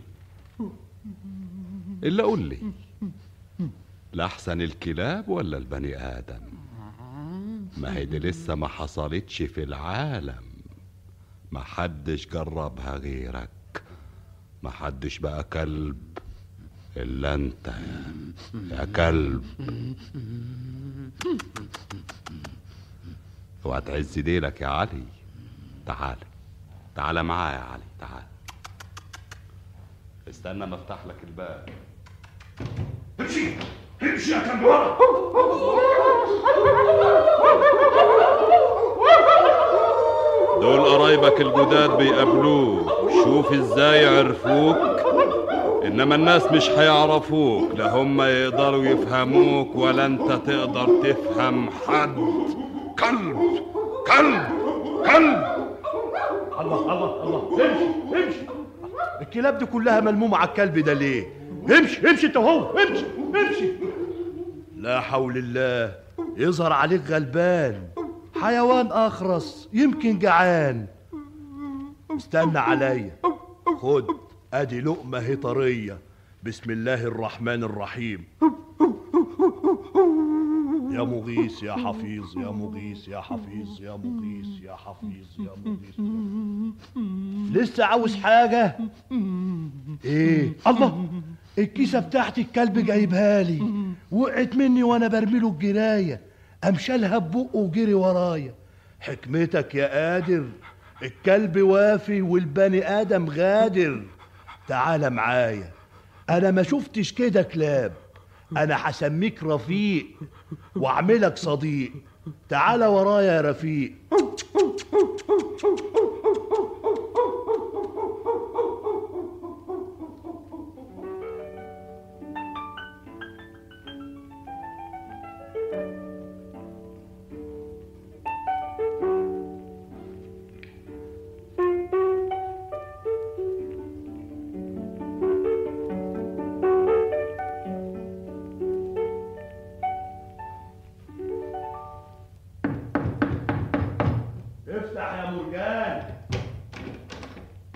Speaker 7: الا قول لي، لأحسن الكلاب ولا البني آدم؟ ما هي دي لسه ما حصلتش في العالم، ما حدش جربها غيرك، ما حدش بقى كلب إلا أنت يا, يا كلب. اوعى تعز ديلك يا علي. تعال تعال معايا يا علي، تعال. استنى ما افتح لك الباب.
Speaker 9: امشي امشي يا كلب ورا.
Speaker 7: دول قرايبك الجداد بيقابلوك، شوف ازاي عرفوك. انما الناس مش هيعرفوك، لا هم يقدروا يفهموك ولا انت تقدر تفهم حد. كلب كلب كلب.
Speaker 9: الله الله الله، امشي امشي. الكلاب دي كلها ملمومة على الكلب ده ليه؟ امشي امشي انت وهو، امشي امشي. لا حول الله، يظهر عليك غلبان، حيوان اخرس، يمكن جعان. استنى عليا، خد ادي لقمة هي طرية، بسم الله الرحمن الرحيم. يا مغيث يا حفيظ يا مغيث يا حفيظ يا مغيث يا حفيظ يا مغيث. لسه عاوز حاجة؟ ايه؟ الله، الكيسة بتاعتي الكلب جايبها لي، وقعت مني وانا برميله الجراية، قام شالها ببقه وجري ورايا. حكمتك يا قادر، الكلب وافي والبني ادم غادر. تعال معايا، انا ما شفتش كده كلاب، انا هسميك رفيق واعملك صديق. تعال ورايا يا رفيق.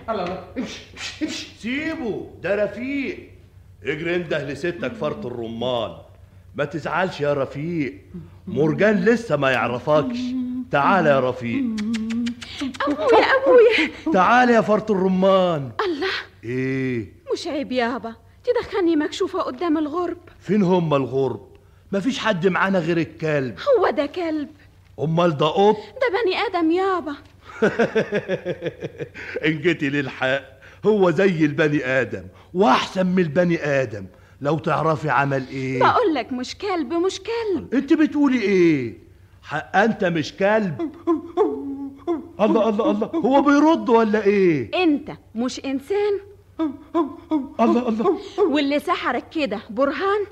Speaker 3: الله الله، امشي امشي امشي.
Speaker 9: سيبه، ده رفيق. اجري انده لستك فرط الرمان. ما تزعلش يا رفيق، مرجان لسه ما يعرفكش. تعال يا رفيق.
Speaker 10: ابويا ابويا
Speaker 9: تعال يا فرط الرمان.
Speaker 10: الله،
Speaker 9: ايه
Speaker 10: مش عيب يابا تدخلني مكشوفة قدام الغرب؟
Speaker 9: فين هم الغرب؟ مفيش حد معانا غير الكلب.
Speaker 10: هو ده كلب؟
Speaker 9: امال ده قط؟
Speaker 10: ده بني ادم يابا.
Speaker 9: ان جيتي للحق هو زي البني ادم واحسن من البني ادم. لو تعرفي عمل ايه.
Speaker 10: بقول لك مش كلب مش كلب.
Speaker 9: انت بتقولي ايه؟ حق انت مش كلب. الله الله الله، هو بيرد ولا ايه؟
Speaker 10: انت مش انسان؟
Speaker 9: الله الله،
Speaker 10: واللي سحرك كده برهان؟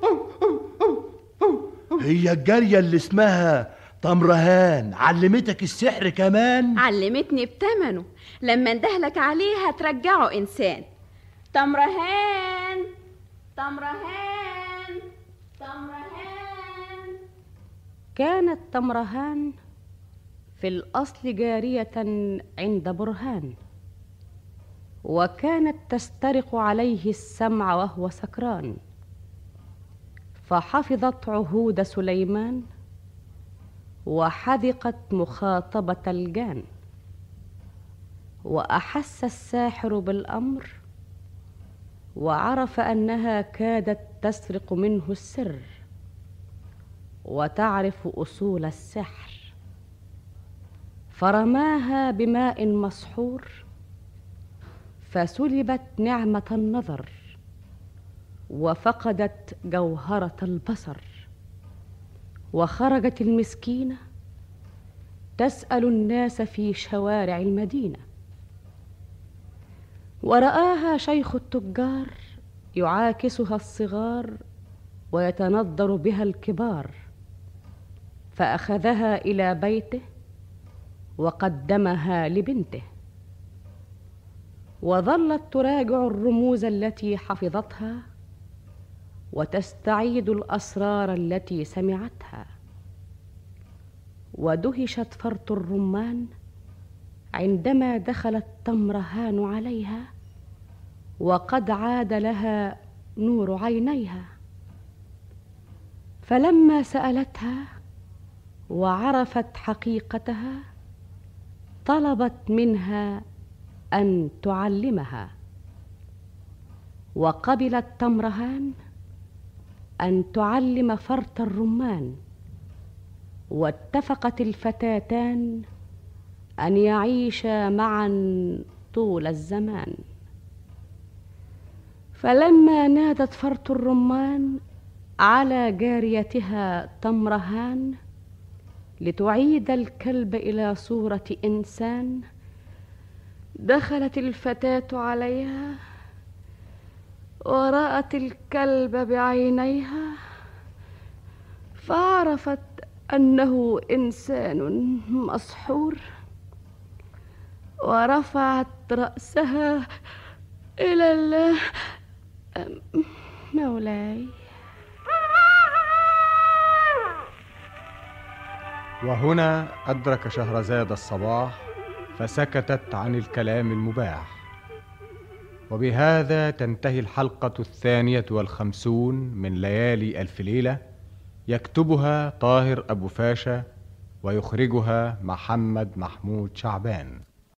Speaker 9: هي الجارية اللي اسمها تمرهان علمتك السحر كمان؟
Speaker 10: علمتني بتمنه، لما اندهلك عليها ترجعه انسان. تمرهان تمرهان تمرهان.
Speaker 2: كانت تمرهان في الأصل جارية عند برهان، وكانت تسترق عليه السمع وهو سكران، فحفظت عهود سليمان وحذقت مخاطبة الجان. وأحس الساحر بالأمر وعرف أنها كادت تسرق منه السر وتعرف أصول السحر، فرماها بماء مسحور فسلبت نعمة النظر وفقدت جوهرة البصر، وخرجت المسكينة تسأل الناس في شوارع المدينة. ورآها شيخ التجار يعاكسها الصغار ويتنظر بها الكبار، فأخذها إلى بيته وقدمها لبنته، وظلت تراجع الرموز التي حفظتها وتستعيد الأسرار التي سمعتها. ودهشت فرط الرمان عندما دخلت تمرهان عليها وقد عاد لها نور عينيها، فلما سألتها وعرفت حقيقتها طلبت منها أن تعلمها، وقبلت تمرهان أن تعلم فرط الرمان، واتفقت الفتاتان أن يعيشا معا طول الزمان. فلما نادت فرط الرمان على جاريتها تمرهان لتعيد الكلب إلى صورة إنسان، دخلت الفتاة عليها ورأت الكلب بعينيها فعرفت أنه إنسان مسحور، ورفعت رأسها إلى الله. مولاي.
Speaker 1: وهنا أدرك شهرزاد الصباح فسكتت عن الكلام المباح. وبهذا تنتهي الحلقة الثانية والخمسون من ليالي ألف ليلة، يكتبها طاهر أبو فاشا ويخرجها محمد محمود شعبان.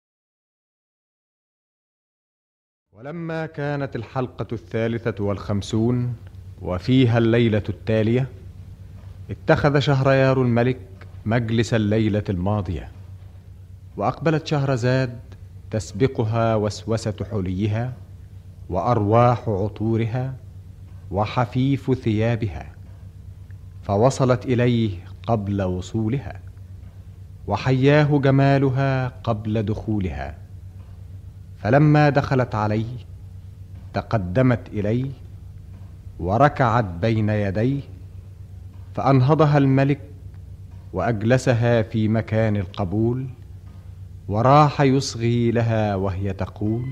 Speaker 1: ولما كانت الحلقة الثالثة والخمسون وفيها الليلة التالية، اتخذ شهريار الملك مجلس الليلة الماضية، وأقبلت شهرزاد تسبقها وسوسة حليها وأرواح عطورها وحفيف ثيابها، فوصلت إليه قبل وصولها، وحياه جمالها قبل دخولها. فلما دخلت عليه تقدمت إليه وركعت بين يديه، فأنهضها الملك وأجلسها في مكان القبول، وراح يصغي لها وهي تقول: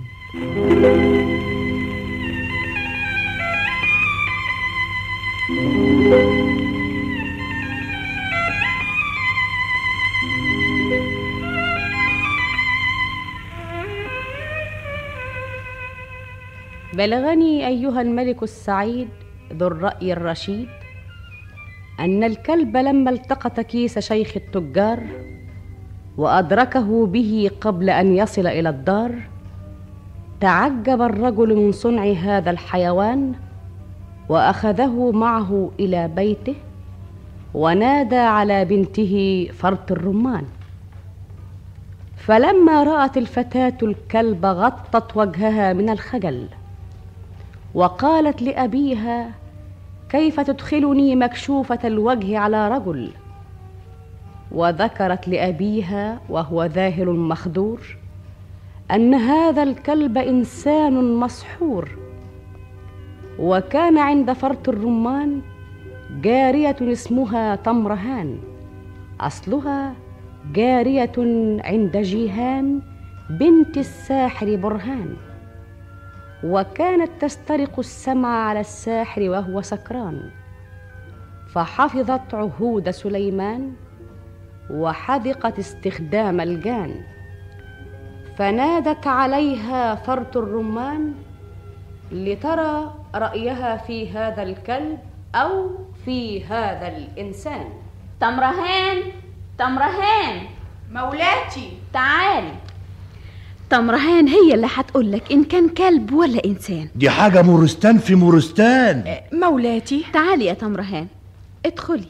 Speaker 2: بلغني أيها الملك السعيد ذو الرأي الرشيد أن الكلب لما التقط كيس شيخ التجار وأدركه به قبل أن يصل إلى الدار، تعجب الرجل من صنع هذا الحيوان وأخذه معه إلى بيته ونادى على بنته فرط الرمان. فلما رأت الفتاة الكلب غطت وجهها من الخجل وقالت لأبيها: كيف تدخلني مكشوفة الوجه على رجل؟ وذكرت لأبيها وهو ذاهل مخدور أن هذا الكلب إنسان مسحور. وكان عند فرط الرمان جارية اسمها تمرهان، أصلها جارية عند جيهان بنت الساحر برهان، وكانت تسترق السمع على الساحر وهو سكران، فحفظت عهود سليمان وحدقت استخدام الجان، فنادت عليها فرط الرمان لترى رأيها في هذا الكلب أو في هذا الإنسان.
Speaker 10: تمرهان تمرهان
Speaker 8: مولاتي
Speaker 10: تعالي. تمرهان هي اللي هتقولك إن كان كلب ولا إنسان.
Speaker 9: دي حاجة مورستان في مورستان.
Speaker 8: مولاتي
Speaker 10: تعالي يا تمرهان ادخلي.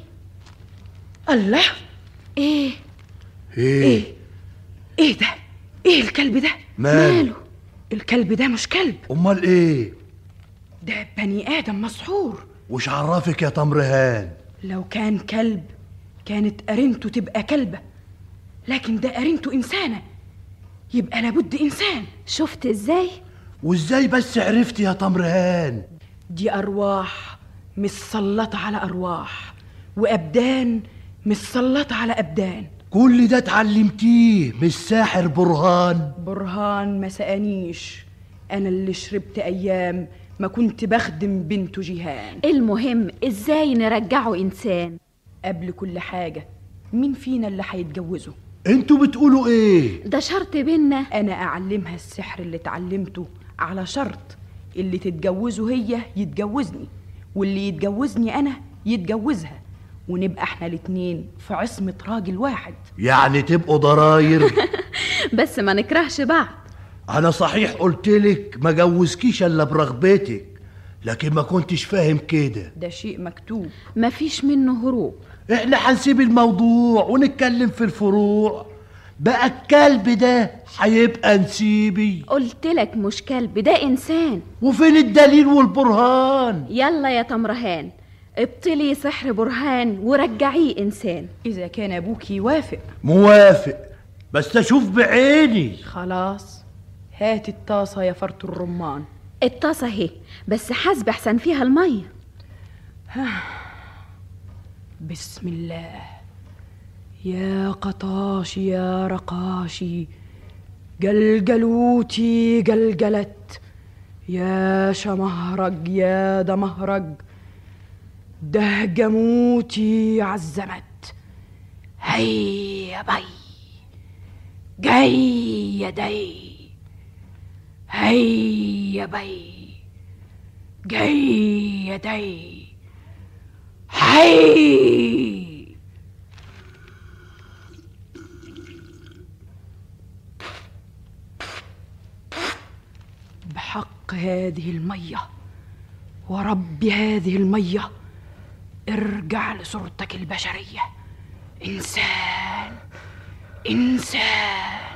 Speaker 8: الله،
Speaker 10: ايه
Speaker 9: ايه
Speaker 8: ايه ايه ده؟ ايه الكلب ده؟
Speaker 9: ماله؟
Speaker 10: ماله؟
Speaker 8: الكلب ده مش كلب،
Speaker 9: امال ايه؟
Speaker 8: ده بني آدم مسحور.
Speaker 9: وش عرفك يا تمرهان؟
Speaker 8: لو كان كلب كانت قرينته تبقى كلبة، لكن ده قرينته إنسانة، يبقى لابد إنسان.
Speaker 10: شفت إزاي؟
Speaker 9: وإزاي بس عرفت يا تمرهان؟
Speaker 8: دي أرواح مسلطة على أرواح، وأبدان مسلطة على أبدان.
Speaker 9: كل ده اتعلمتيه من الساحر برهان؟
Speaker 8: برهان ما سأنيش، أنا اللي شربت أيام ما كنت بخدم بنته جيهان.
Speaker 10: المهم إزاي نرجعه إنسان؟
Speaker 8: قبل كل حاجة، مين فينا اللي هيتجوزه؟
Speaker 9: انتوا بتقولوا ايه؟
Speaker 10: ده شرط بينا.
Speaker 8: أنا أعلمها السحر اللي اتعلمته على شرط، اللي تتجوزه هي يتجوزني، واللي يتجوزني أنا يتجوزها، ونبقى احنا الاتنين في عصمة راجل واحد.
Speaker 9: يعني تبقوا ضراير؟
Speaker 10: بس ما نكرهش بعض.
Speaker 9: انا صحيح قلتلك ما جوزكيش الا برغبتك، لكن ما كنتش فاهم كده.
Speaker 8: ده شيء مكتوب،
Speaker 10: مفيش منه هروب.
Speaker 9: احنا هنسيب الموضوع ونتكلم في الفروع. بقى الكلب ده هيبقى نسيبي؟
Speaker 10: قلتلك مش كلب، ده إنسان.
Speaker 9: وفين الدليل والبرهان؟
Speaker 10: يلا يا تمرهان ابطلي سحر برهان ورجعيه إنسان.
Speaker 8: إذا كان أبوك يوافق.
Speaker 9: موافق، بس أشوف بعيني.
Speaker 8: خلاص، هات الطاسة يا فرط الرمان.
Speaker 10: الطاسة اهي، بس حسب احسن فيها المية.
Speaker 8: بسم الله. يا قطاشي يا رقاشي، جلجلوتي جلجلت، يا شمهرج يا دمهرج، دهجموتي عزمت، هيا بي جاي يدي، هيا بي جاي يدي، هي. بحق هذه المية ورب هذه المية ارجع لصورتك البشرية، إنسان إنسان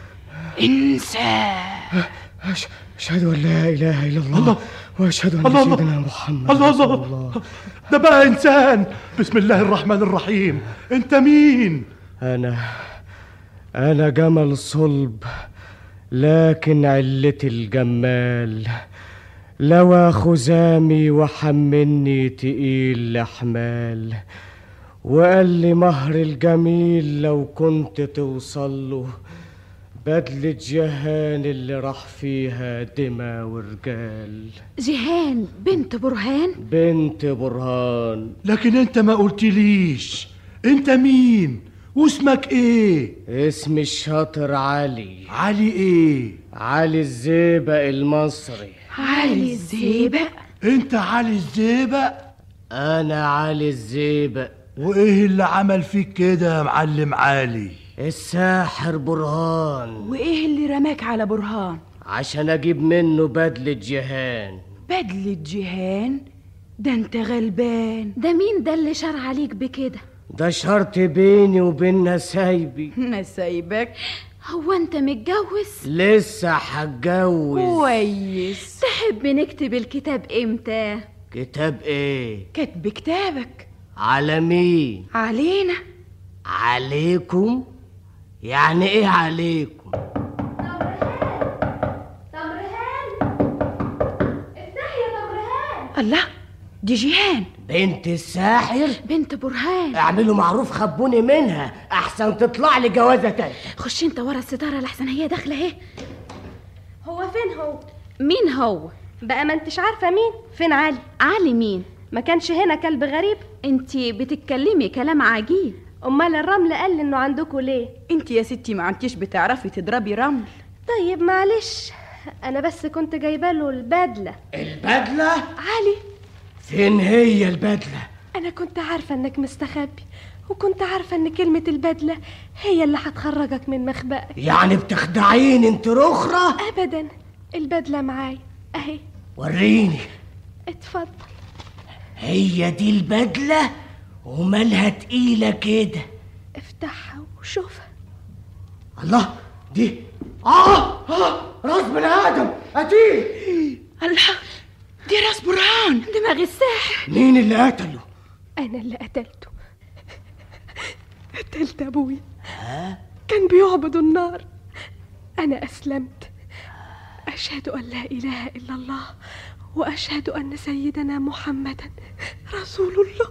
Speaker 8: إنسان.
Speaker 4: أشهد أن لا إله إلا الله, الله. وأشهد أن
Speaker 9: الله
Speaker 4: سيدنا محمد
Speaker 9: الله
Speaker 4: رسول
Speaker 9: الله.
Speaker 4: الله.
Speaker 9: ده بقى إنسان. بسم الله الرحمن الرحيم. أنت مين؟
Speaker 4: أنا أنا جمل صلب، لكن علتي الجمال. لوى خزامي وحملني تقيل لحمال، وقال لي مهر الجميل لو كنت توصل له، بدلة جيهان اللي راح فيها دمى ورجال.
Speaker 10: جيهان بنت برهان؟
Speaker 4: بنت برهان.
Speaker 9: لكن انت ما قلتليش انت مين واسمك ايه؟
Speaker 4: اسمي الشاطر علي.
Speaker 9: علي ايه؟
Speaker 4: علي الزيبق المصري.
Speaker 8: علي الزيبق؟
Speaker 9: انت علي الزيبق؟
Speaker 4: انا علي الزيبق.
Speaker 9: وايه اللي عمل فيك كده يا معلم علي؟
Speaker 4: الساحر برهان.
Speaker 8: وايه اللي رماك على برهان؟
Speaker 4: عشان اجيب منه بدلة جيهان.
Speaker 8: بدلة جيهان؟ ده انت غلبان.
Speaker 10: ده مين ده اللي شار عليك بكده؟
Speaker 4: ده شرط بيني وبين نسايبي.
Speaker 8: نسايبك؟
Speaker 10: هو انت متجوز؟
Speaker 4: لسه هتجوز.
Speaker 8: كويس.
Speaker 10: تحب نكتب الكتاب امتى؟
Speaker 4: كتاب ايه؟
Speaker 8: كتب كتابك.
Speaker 4: على مين؟
Speaker 8: علينا.
Speaker 4: عليكم؟ يعني ايه عليكم؟
Speaker 10: تمرهان، افتحي يا تمرهان.
Speaker 8: الله، دي جيهان
Speaker 4: بنت الساحر.
Speaker 10: بنت برهان.
Speaker 4: اعملوا معروف، خبوني منها احسن تطلع لي جوازه تانية.
Speaker 10: خش انت ورا الستاره لحسن هي داخله اهي. هو فين هو؟ مين هو
Speaker 11: بقى؟ ما انتش عارفه مين؟ فين علي؟
Speaker 10: علي مين؟
Speaker 11: ما كانش هنا كلب غريب؟
Speaker 10: انتي بتتكلمي كلام عجيب.
Speaker 11: امال الرمل قال انه عندكوا ليه؟
Speaker 8: انتي يا ستي ما انتيش بتعرفي تضربي رمل.
Speaker 11: طيب معلش، انا بس كنت جايبه له البدله.
Speaker 4: البدله؟
Speaker 11: علي
Speaker 4: فين هي البدله؟
Speaker 11: انا كنت عارفه انك مستخبي، وكنت عارفه ان كلمه البدله هي اللي هتخرجك من مخبأك.
Speaker 4: يعني بتخدعيني انت رخره؟
Speaker 11: ابدا، البدله معايا اهي.
Speaker 4: وريني.
Speaker 11: اتفضل.
Speaker 4: هي دي البدله؟ ومالها تقيله كده؟
Speaker 11: افتحها وشوفها.
Speaker 4: الله، دي اه اه راس بني ادم قتيل.
Speaker 8: الله، دي راس برهان.
Speaker 10: دماغ الساحر.
Speaker 4: مين اللي قتله؟
Speaker 11: انا اللي قتلته. قتلت ابويا.
Speaker 4: ها؟
Speaker 11: كان بيعبد النار. انا اسلمت. اشهد ان لا اله الا الله واشهد ان سيدنا محمدا رسول الله.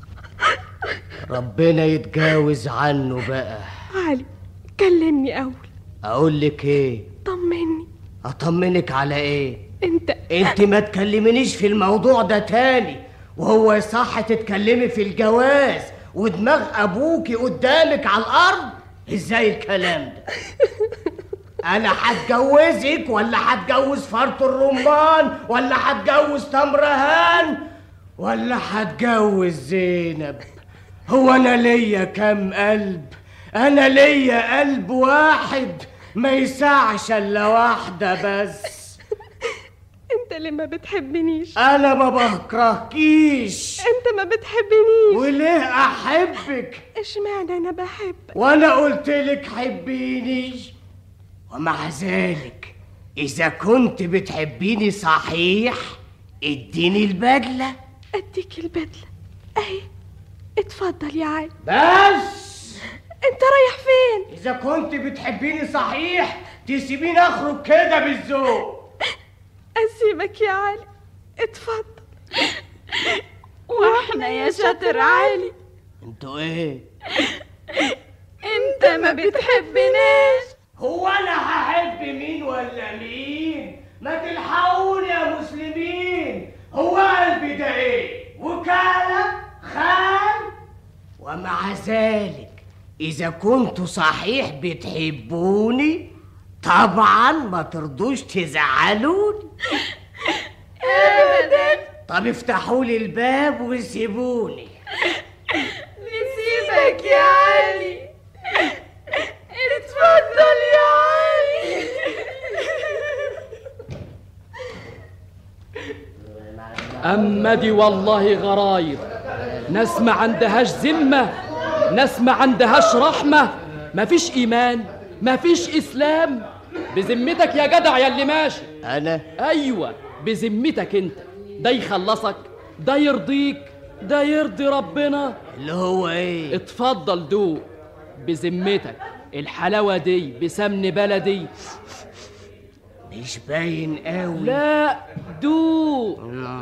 Speaker 4: ربنا يتجاوز عنه بقى.
Speaker 11: علي كلمني اول.
Speaker 4: اقول لك ايه؟
Speaker 11: طمني.
Speaker 4: اطمنك على ايه؟
Speaker 11: انت
Speaker 4: انت ما تكلمنيش في الموضوع ده تاني. وهو صح تتكلمي في الجواز ودماغ ابوكي قدامك على الارض؟ ازاي الكلام ده؟ انا هتجوزك ولا هتجوز فرط الرمان ولا هتجوز تمرهان ولا هتجوز زينب؟ هو انا ليا كام قلب؟ انا ليا قلب واحد ما يسعش الا واحده بس.
Speaker 11: انت اللي ما بتحبنيش.
Speaker 4: انا ما بكرهكيش.
Speaker 11: انت ما بتحبنيش.
Speaker 4: وليه احبك؟
Speaker 11: اشمعنى انا بحبك؟
Speaker 4: وانا قلت لك حبيني؟ ومع ذلك اذا كنت بتحبيني صحيح اديني البدله.
Speaker 11: اديك البدله اهي، اتفضل يا علي.
Speaker 4: بس
Speaker 11: انت رايح فين؟
Speaker 4: اذا كنت بتحبيني صحيح تسيبيني اخرج كده بالذوق.
Speaker 11: اسيبك يا علي، اتفضل.
Speaker 8: واحنا يا شاطر علي.
Speaker 4: انتوا ايه؟
Speaker 8: انت ما بتحبناش.
Speaker 4: هو انا هحب مين ولا مين؟ ما تلحقوني يا مسلمين. هو قلبي ده ايه؟ وكالة؟ خان؟ ومع ذلك اذا كنتوا صحيح بتحبوني طبعا ما ترضوش تزعلوني
Speaker 8: ابدا.
Speaker 4: طب افتحوا لي الباب وسيبوني.
Speaker 8: نسيبك يا علي. اتفضل يا علي.
Speaker 12: أما دي والله غرايب، ناس ما عندهاش ذمة، ناس ما عندهاش رحمة، مفيش إيمان، مفيش إسلام. بذمتك يا جدع يا اللي ماشي.
Speaker 4: أنا؟
Speaker 12: أيوة بذمتك أنت. ده يخلصك، ده يرضيك، ده يرضي ربنا.
Speaker 4: اللي هو إيه؟
Speaker 12: اتفضل دوق بذمتك. الحلاوة دي بسمن بلدي.
Speaker 4: مش باين قوي.
Speaker 12: لا دوق.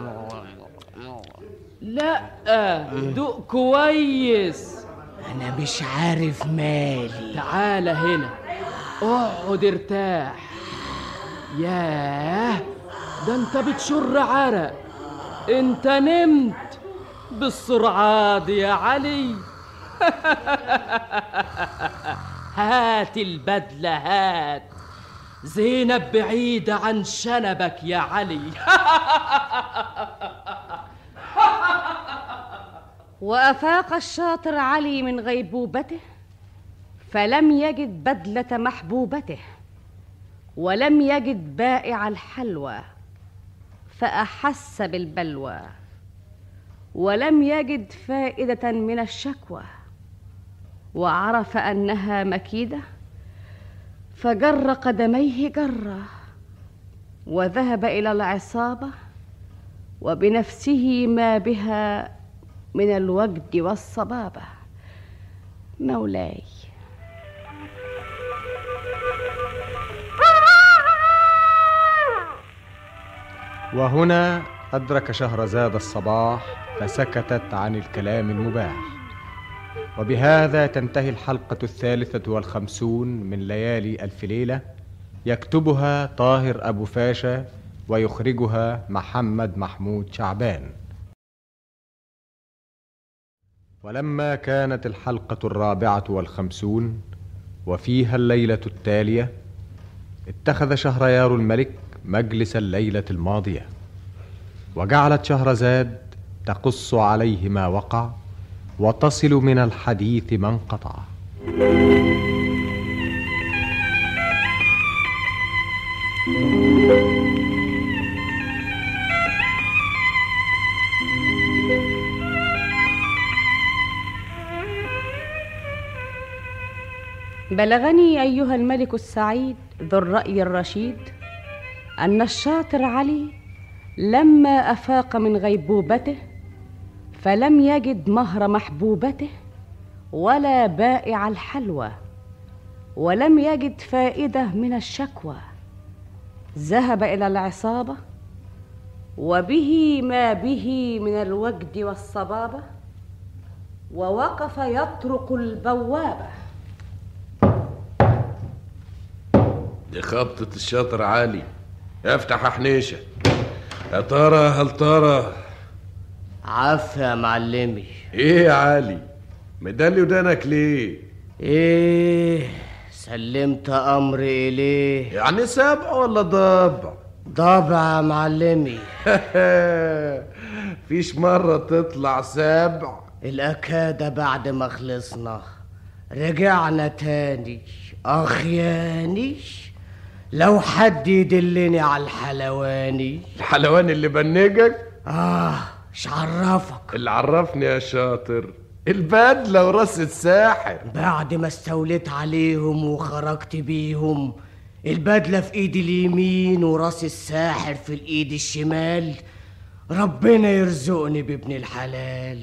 Speaker 12: لا دوق كويس.
Speaker 4: انا مش عارف مالي.
Speaker 12: تعال هنا اقعد ارتاح. ياه ده انت بتشر عرق. انت نمت بالسرعة دي يا علي؟ هات البدلة هات، زينب بعيدة عن شنبك يا علي.
Speaker 2: وأفاق الشاطر علي من غيبوبته، فلم يجد بدلة محبوبته، ولم يجد بائع الحلوى، فأحس بالبلوى، ولم يجد فائدة من الشكوى، وعرف أنها مكيدة، فجر قدميه جرة، وذهب إلى العصابة، وبنفسه ما بها من الوجد والصبابة. مولاي.
Speaker 1: وهنا أدرك شهرزاد الصباح فسكتت عن الكلام المباح. وبهذا تنتهي الحلقة الثالثة والخمسون من ليالي ألف ليلة، يكتبها طاهر أبو فاشا ويخرجها محمد محمود شعبان. ولما كانت الحلقة الرابعة والخمسون وفيها الليلة التالية، اتخذ شهريار الملك مجلس الليلة الماضية، وجعلت شهرزاد تقص عليه ما وقع وتصل من الحديث ما انقطع.
Speaker 2: بلغني أيها الملك السعيد ذو الرأي الرشيد أن الشاطر علي لما أفاق من غيبوبته فلم يجد مهر محبوبته ولا بائع الحلوى، ولم يجد فائدة من الشكوى، ذهب إلى العصابة، وبه ما به من الوجد والصبابة، ووقف يطرق البوابة.
Speaker 3: دي خبطة الشاطر علي. افتح يا حنيشة. يا ترى هل ترى؟
Speaker 4: عفا يا معلمي.
Speaker 3: ايه يا علي مدلي ودانك ليه؟
Speaker 4: ايه سلمت امري اليه.
Speaker 3: يعني سبع ولا ضبع؟
Speaker 4: ضبع يا معلمي.
Speaker 3: فيش مرة تطلع سبع؟
Speaker 4: الأكادة بعد ما خلصنا رجعنا تاني. أخياني لو حد يدلني على الحلواني.
Speaker 3: الحلواني اللي بنجك؟
Speaker 4: آه مش عرفك؟
Speaker 3: اللي عرفني يا شاطر البدلة وراس الساحر.
Speaker 4: بعد ما استوليت عليهم وخرجت بيهم، البدلة في ايدي اليمين وراس الساحر في الايد الشمال، ربنا يرزقني بابن الحلال.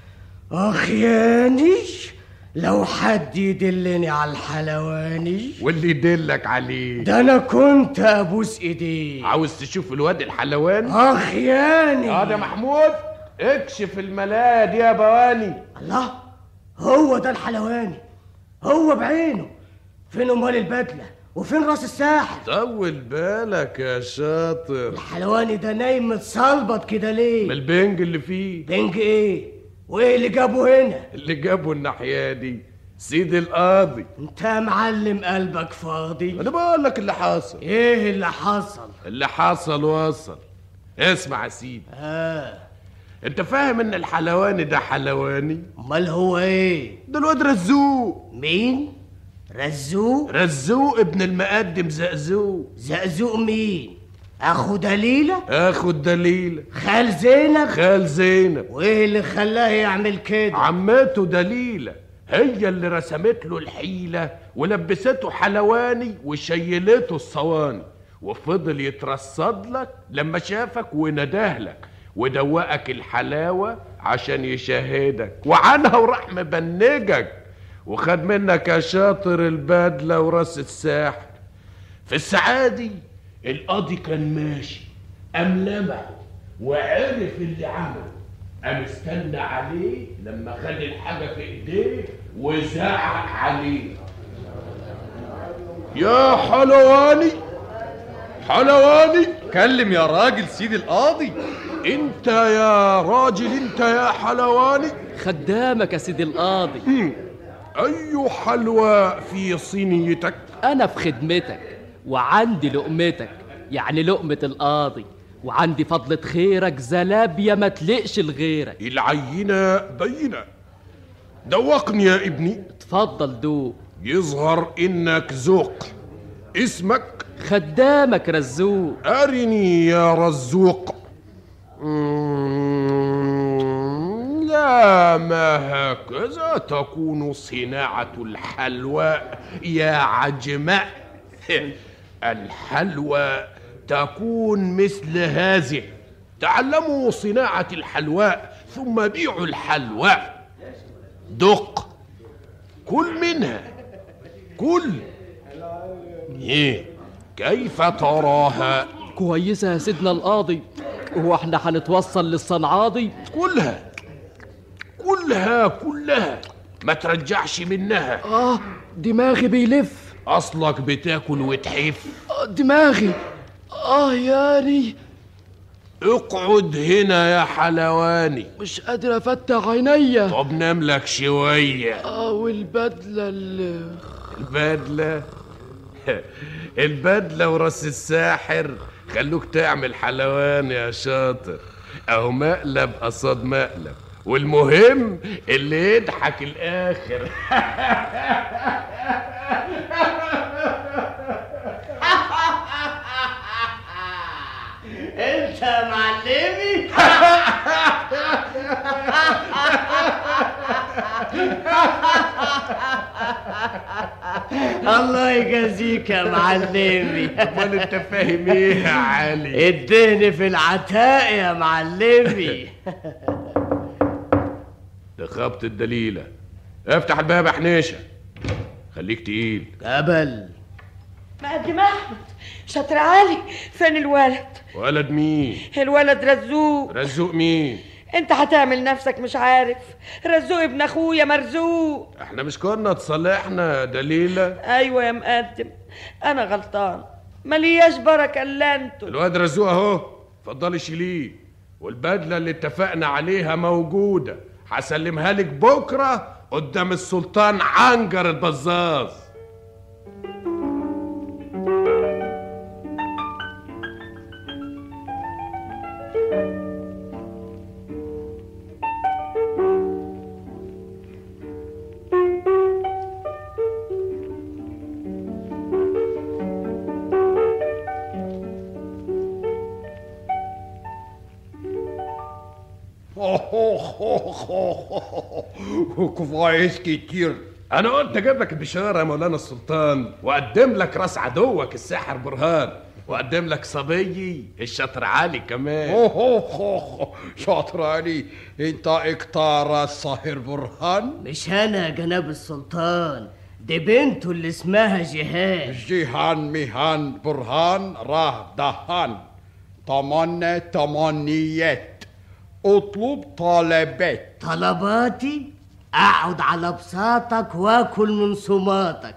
Speaker 4: أخياني لو حد يدلني على الحلواني.
Speaker 3: واللي يدلك عليه
Speaker 4: ده انا كنت ابوس ايديه.
Speaker 3: عاوز تشوف الواد الحلواني؟
Speaker 4: اخ ياني.
Speaker 3: اه ده محمود اكشف الملاية دي يا بواني.
Speaker 4: الله، هو ده الحلواني، هو بعينه. فين امال البدلة وفين راس الساحر؟
Speaker 3: طول بالك يا شاطر.
Speaker 4: الحلواني ده نايم متصلبط كده ليه؟
Speaker 3: من البنج اللي فيه.
Speaker 4: بنج ايه وايه اللي جابه هنا؟
Speaker 3: اللي جابه الناحية دي سيد القاضي.
Speaker 4: انت يا معلم قلبك فاضي.
Speaker 3: انا بقول لك اللي حصل.
Speaker 4: ايه اللي حصل؟
Speaker 3: اللي حصل وصل. اسمع يا سيدي.
Speaker 4: اه
Speaker 3: انت فاهم ان الحلواني ده حلواني؟
Speaker 4: امال هو ايه؟
Speaker 3: ده الواد رزوق.
Speaker 4: مين؟ رزوق؟
Speaker 3: رزوق ابن المقدم زقزوق.
Speaker 4: زقزوق مين؟ اخو دليلة؟
Speaker 3: اخو دليلة.
Speaker 4: خال زينب؟
Speaker 3: خال زينب.
Speaker 4: وايه اللي خلاه يعمل كده؟
Speaker 3: عمته دليلة هي اللي رسمت له الحيلة ولبسته حلواني وشيلته الصواني، وفضل يترصد لك لما شافك ونداه لك ودوقك الحلاوة عشان يشاهدك، وعنها وراح مبنجك وخد منك يا شاطر البدلة وراس الساحر. في السعادي القاضي كان ماشي، قام لمحه وعرف اللي عمله، قام استنى عليه لما خد الحاجة في ايديه وزعق عليه. يا حلواني حلواني.
Speaker 1: كلم يا راجل سيدي القاضي.
Speaker 3: انت يا راجل، انت يا حلواني.
Speaker 12: خدامك يا سيدي القاضي.
Speaker 3: اي حلوى في صينيتك؟
Speaker 12: انا في خدمتك وعندي لقمتك، يعني لقمة القاضي، وعندي فضلة خيرك زلابية ما تلقش لغيرك.
Speaker 3: العينة بينة. دوقني يا ابني.
Speaker 12: اتفضل دوق.
Speaker 3: يظهر انك ذوق. اسمك؟
Speaker 12: خدامك رزوق.
Speaker 3: ارني يا رزوق. لا، ما هكذا تكون صناعة الحلوى يا عجماء. الحلوى تكون مثل هذه. تعلموا صناعة الحلوى ثم بيعوا الحلوى. دق، كل منها، كل. ايه، كيف تراها؟
Speaker 12: كويسة يا سيدنا القاضي. هو احنا هنتوصل للصنعاضي؟
Speaker 3: كلها كلها كلها، ما ترجعش منها.
Speaker 12: اه دماغي بيلف.
Speaker 3: اصلك بتاكل وتحف.
Speaker 12: آه دماغي. اه ياني.
Speaker 3: اقعد هنا يا حلواني.
Speaker 12: مش قادر افتح عينيا.
Speaker 3: طب نام لك شويه.
Speaker 12: اه والبدله اللي...
Speaker 3: البدله البدله وراس الساحر خلوك تعمل حلوان يا شاطر. اهو مقلب قصاد مقلب، والمهم اللي يضحك الاخر.
Speaker 4: انت يا معلمي. الله يجازيك يا معلمي.
Speaker 3: امال انت فاهم ايه يا علي؟
Speaker 4: اديني في العتاق يا معلمي.
Speaker 3: ده خبط الدليله. افتح الباب يا حنيشه. خليك تقيل.
Speaker 4: قبل
Speaker 13: مقدم احمد. شاطر علي. فين الولد؟
Speaker 3: ولد مين؟
Speaker 13: الولد رزوق.
Speaker 3: رزوق مين؟
Speaker 13: انت هتعمل نفسك مش عارف. رزوق ابن اخويا مرزوق.
Speaker 3: احنا مش كنا تصالحنا دليله؟
Speaker 13: ايوه يا مقدم، انا غلطان، ملياش بركه الا انتوا.
Speaker 3: الواد رزوق اهو، اتفضلي شيليه. والبدله اللي اتفقنا عليها موجوده، هسلمها لك بكره قدام السلطان عنجر البزاز.
Speaker 5: كويس كتير.
Speaker 3: انا قلت اجيب لك البشاره يا مولانا السلطان، واقدم لك راس عدوك الساحر برهان، واقدم لك صبيي الشاطر علي كمان.
Speaker 5: شاطر علي؟ انت اختار الساحر برهان؟
Speaker 4: مش انا يا جناب السلطان، دي بنته اللي اسمها جيهان.
Speaker 5: جيهان ميهان برهان راه دهان. تمنى تمنيات. اطلب طلبات.
Speaker 4: طلباتي؟ اقعد على بساطك واكل من صماتك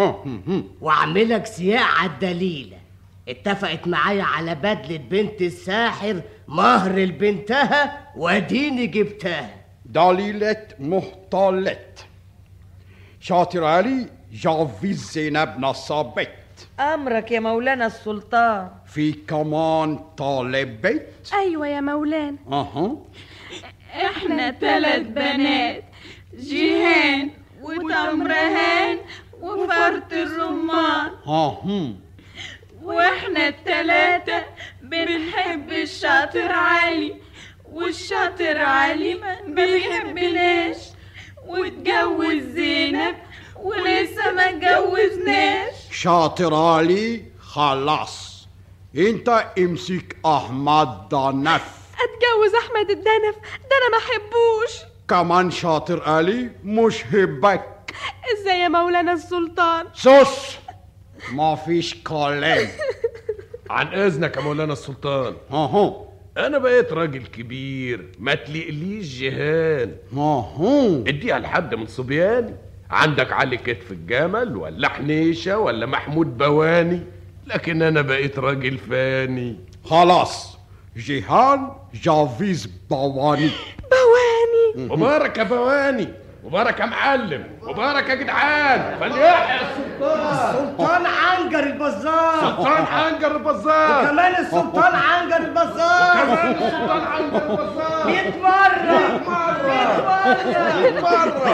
Speaker 4: واعملك سياق على الدليله. اتفقت معايا على بدله بنت الساحر مهر لبنتها واديني جبتها.
Speaker 5: دليله محتلت. شاطر علي جافيز زينب نصابت.
Speaker 13: امرك يا مولانا السلطان.
Speaker 5: في كمان طالبات؟
Speaker 11: ايوه يا مولانا.
Speaker 5: اها.
Speaker 14: احنا ثلاث بنات، جيهان وتمرهان وفرط الرمان.
Speaker 5: ها هم.
Speaker 14: واحنا الثلاثة بنحب الشاطر علي، والشاطر علي ما بيحبناش، واتجوز زينب ولسه ما اتجوزناش.
Speaker 5: شاطر علي خلاص، انت امسك احمد دنف.
Speaker 11: اتجوز احمد الدنف ده انا ما احبوش.
Speaker 5: كمان شاطر علي مش هبك.
Speaker 11: ازاي يا مولانا السلطان؟
Speaker 5: سوس، ما فيش كلام.
Speaker 3: عن اذنك يا مولانا السلطان.
Speaker 5: اهو
Speaker 3: انا بقيت راجل كبير، ما تلقليش جيهان.
Speaker 5: اهو
Speaker 3: اديها لحد من صبياني. عندك علي كتف الجمل ولا حنيشه ولا محمود بواني؟ لكن انا بقيت راجل فاني.
Speaker 5: خلاص، جيهان جافيز بواني.
Speaker 11: بواني
Speaker 3: مبارك يا بواني، مبارك يا معلم، مبارك يا جدعان. فليحيى السلطان.
Speaker 4: السلطان عنجر البزار.
Speaker 3: سلطان عنجر البزار.
Speaker 4: وكمان السلطان عنجر البزار.
Speaker 3: وكمان السلطان عنجر البزار.
Speaker 4: مية مرة
Speaker 3: مية مرة.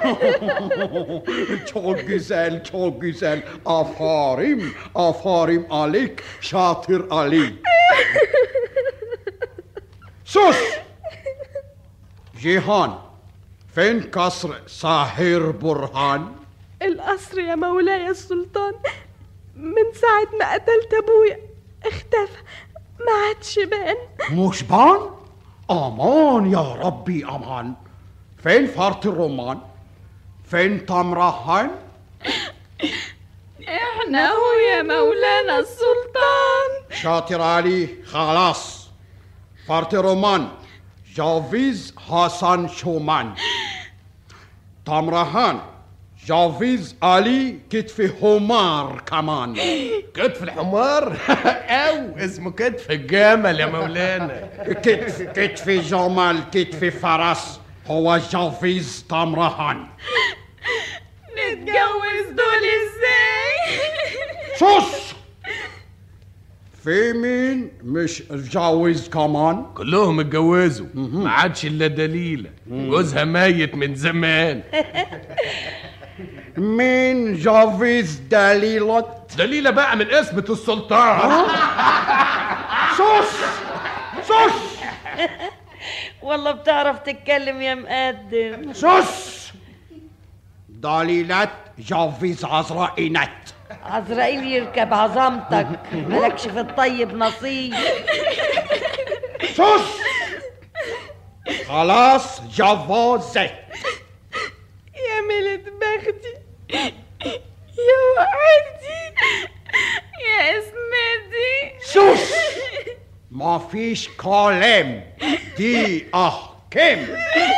Speaker 5: Çok güzel, çok güzel. Aferin, aferin Alik, şatır Ali. Sus! جيهان، فين قصر ساحر برهان؟
Speaker 11: القصر يا مولاي السلطان من ساعة ما قتلت أبويا اختفى، ما عادش بان.
Speaker 5: مش بان؟ أمان يا ربي أمان. فين فارت الرومان؟ فين تمرهان؟
Speaker 14: احنا هو يا مولانا السلطان.
Speaker 5: شاطر علي، خلاص. فارت الرومان جاويز حسن شومان. تمرهان جاويز علي كتف حمار كمان.
Speaker 3: كتف الحمار او اسمه كتف الجمل يا مولانا.
Speaker 5: كتف كتف جمل، كتف فرس، هو جاويز تمرهان.
Speaker 14: نتجوز دول ازاي؟
Speaker 5: سوس! في مين مش اتجوز كمان؟
Speaker 3: كلهم اتجوزوا، ما عادش الا دليلة جوزها ميت من زمان.
Speaker 5: مين جوز دليلة؟
Speaker 3: دليلة بقى من اسمة السلطان.
Speaker 5: سوس سوس
Speaker 13: والله بتعرف تتكلم يا مقدم.
Speaker 5: سوس دليلة جوز عزرائيلات.
Speaker 13: عزرائيل يركب عظمتك، مالكش في الطيب نصيب.
Speaker 5: سوس! خلاص جوازك.
Speaker 11: يا ملت بختي، يا وقعتي،
Speaker 14: يا اسمتي.
Speaker 5: سوس! ما فيش كلام، دي احكام.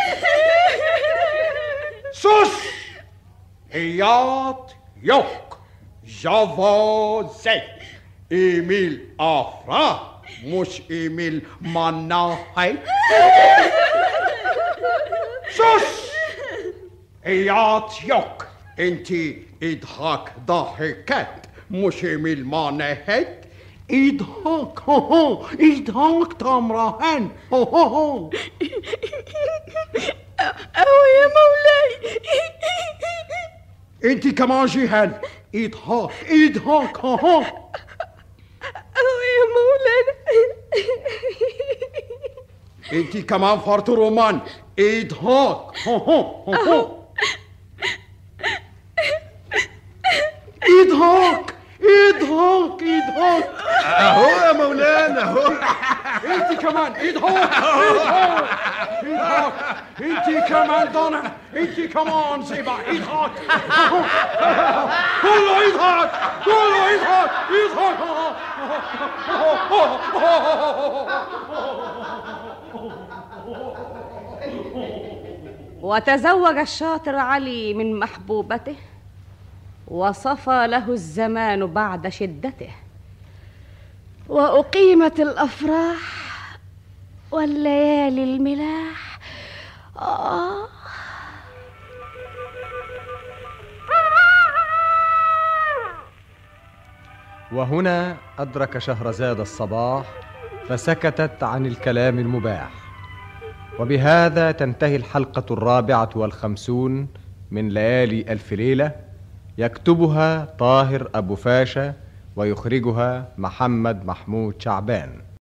Speaker 5: سوس! ايات يوك جوازك. ايميل افرا مش ايميل مناحي. سوس! ايات يوك، انتي اضحك ضحكت مش ايميل مناحي. اضحك هو هو، اضحك تمرهن هو هو.
Speaker 11: أهو يا مولاي.
Speaker 5: انتي كمان جيهان، اضحك اضحك هو هو.
Speaker 11: أهو يا مولانا.
Speaker 5: انتي كمان فرط رومان، اضحك هو هو هو. اضحك اضحك اضحك.
Speaker 3: اهو يا مولانا اهو.
Speaker 5: انتي كمان اضحك اضحك اضحك. انتي كمان ضنا، انتي كمان زيبا، اضحك. كله يضحك، كله يضحك يضحك.
Speaker 2: وتزوج الشاطر علي من محبوبته، وصفى له الزمان بعد شدته، وأقيمت الأفراح والليالي الملاح. آه.
Speaker 1: وهنا أدرك شهرزاد الصباح فسكتت عن الكلام المباح. وبهذا تنتهي الحلقة الرابعة والخمسون من ليالي ألف ليلة، يكتبها طاهر أبو فاشا ويخرجها محمد محمود شعبان.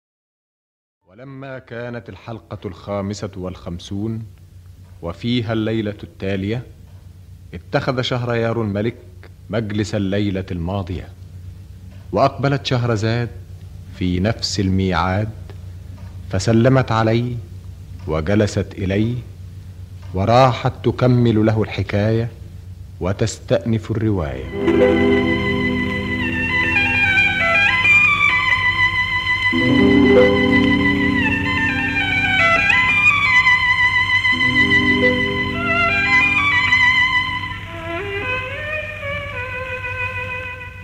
Speaker 1: ولما كانت الحلقة الخامسة والخمسون وفيها الليلة التالية، اتخذ شهريار الملك مجلس الليلة الماضية، وأقبلت شهرزاد في نفس الميعاد، فسلمت عليه وجلست إليه، وراحت تكمل له الحكاية وتستأنف الرواية.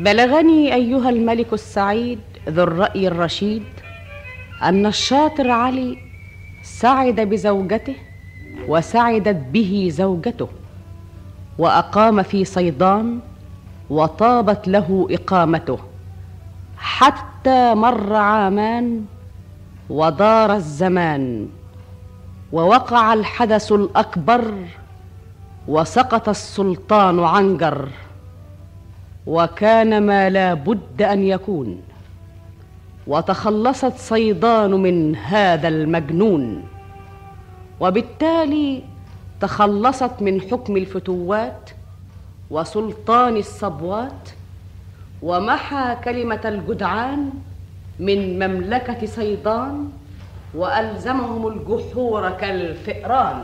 Speaker 2: بلغني أيها الملك السعيد ذو الرأي الرشيد أن الشاطر علي سعد بزوجته وسعدت به زوجته، وأقام في صيدان وطابت له إقامته، حتى مر عامان ودار الزمان، ووقع الحدث الأكبر وسقط السلطان عنجر، وكان ما لا بد أن يكون، وتخلصت صيدان من هذا المجنون، وبالتالي تخلصت من حكم الفتوات وسلطان الصبوات، ومحى كلمة الجدعان من مملكة صيدان، وألزمهم الجحور كالفئران.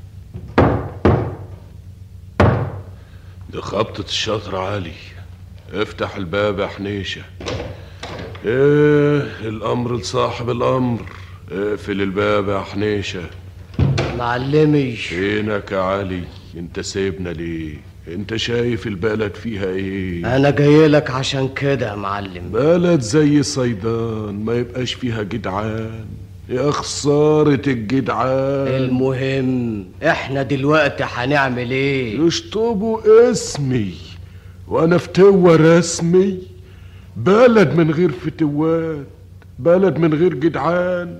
Speaker 3: دي خبطة الشاطر علي. افتح الباب يا حنيشة. ايه الأمر لصاحب الأمر. اقفل الباب يا حنيشة.
Speaker 4: معلمي.
Speaker 3: فينك يا علي؟ انت سايبنا ليه؟ انت شايف البلد فيها ايه؟
Speaker 4: انا جاي لك عشان كده يا معلم.
Speaker 3: بلد زي صيدان ما يبقاش فيها جدعان، يا خسارة الجدعان.
Speaker 4: المهم احنا دلوقتي هنعمل ايه؟
Speaker 3: يشطبوا اسمي وانا فتوة رسمي. بلد من غير فتوات، بلد من غير جدعان.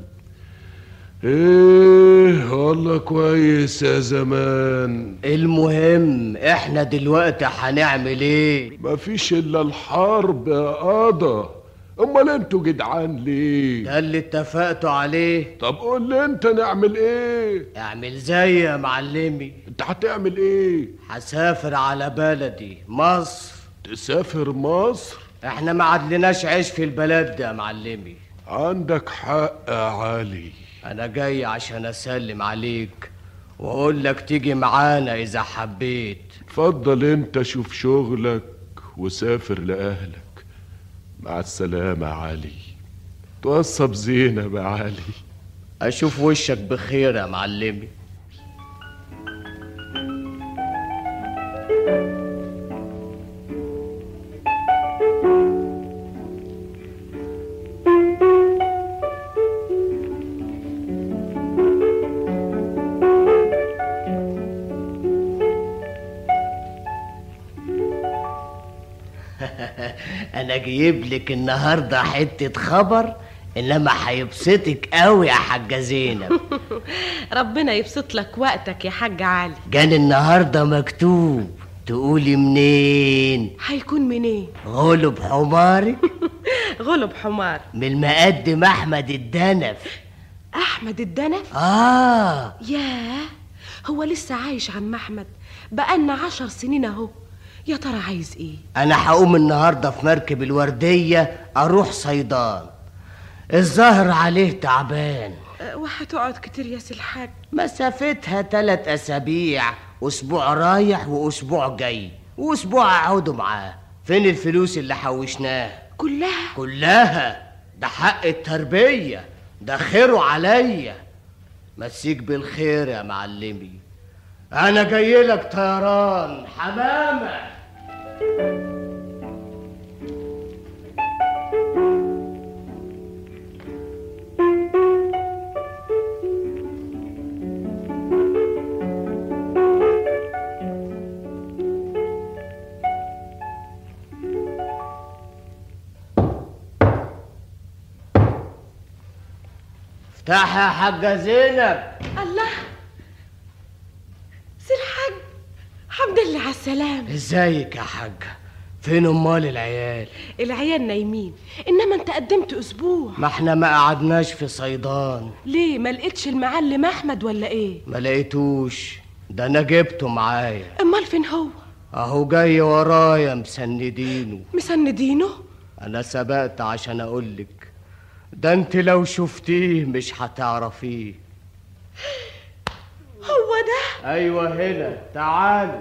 Speaker 3: ايه والله كويس يا زمان.
Speaker 4: المهم احنا دلوقتي هنعمل ايه؟
Speaker 3: مفيش الا الحرب يا قضا. امال انتوا جدعان ليه؟
Speaker 4: ده اللي اتفقتوا عليه.
Speaker 3: طب قول لي انت نعمل ايه؟
Speaker 4: اعمل زي يا معلمي.
Speaker 3: انت هتعمل ايه؟
Speaker 4: هسافر على بلدي مصر.
Speaker 3: تسافر مصر؟
Speaker 4: احنا ما عدلناش عيش في البلد ده يا معلمي.
Speaker 3: عندك حق يا علي.
Speaker 4: انا جاي عشان اسلم عليك واقول لك تيجي معانا اذا حبيت.
Speaker 3: اتفضل انت شوف شغلك وسافر لاهلك. مع السلامة يا علي. توصى بزينب يا علي.
Speaker 4: اشوف وشك بخير يا معلمي. انا جايب لك النهارده حته خبر انما هيبسطك قوي يا حاجه زينب.
Speaker 11: ربنا يبسط لك وقتك يا حاج علي.
Speaker 4: جان النهارده مكتوب. تقولي منين؟
Speaker 11: هيكون منين؟
Speaker 4: غلب حمارك.
Speaker 11: غلب حمار
Speaker 4: من المقدم احمد الدنف.
Speaker 11: احمد الدنف؟
Speaker 4: اه.
Speaker 11: ياه، هو لسه عايش عم احمد؟ بقالنا عشر سنين اهو. يا ترى عايز ايه؟
Speaker 4: انا هقوم النهارده في مركب الورديه اروح صيدان. الظاهر عليه تعبان.
Speaker 11: أه وهتقعد كتير يا سي الحاج؟
Speaker 4: مسافتها تلات اسابيع، اسبوع رايح واسبوع جاي واسبوع اقعدوا معاه. فين الفلوس اللي حوشناها؟
Speaker 11: كلها
Speaker 4: كلها. ده حق التربيه، ده خيره عليا. مسيك بالخير يا معلمي. انا جاي لك طيران حمامه. افتحها يا حاجه زينب.
Speaker 11: الله، سي الحاج حمد لله على السلامة.
Speaker 4: ازيك يا حاجه؟ فين امال العيال؟
Speaker 11: العيال نايمين، انما انت قدمت اسبوع.
Speaker 4: ما احنا ما قعدناش في صيدان.
Speaker 11: ليه ما لقيتش المعلم احمد ولا ايه؟
Speaker 4: ما لقيتوش، ده انا جبته معايا.
Speaker 11: امال فين هو؟
Speaker 4: اهو جاي ورايا مسندينه.
Speaker 11: مسندينه؟
Speaker 4: انا سبقت عشان اقولك، ده انت لو شفتيه مش هتعرفيه.
Speaker 11: هو ده؟
Speaker 4: ايوه هنا، تعال.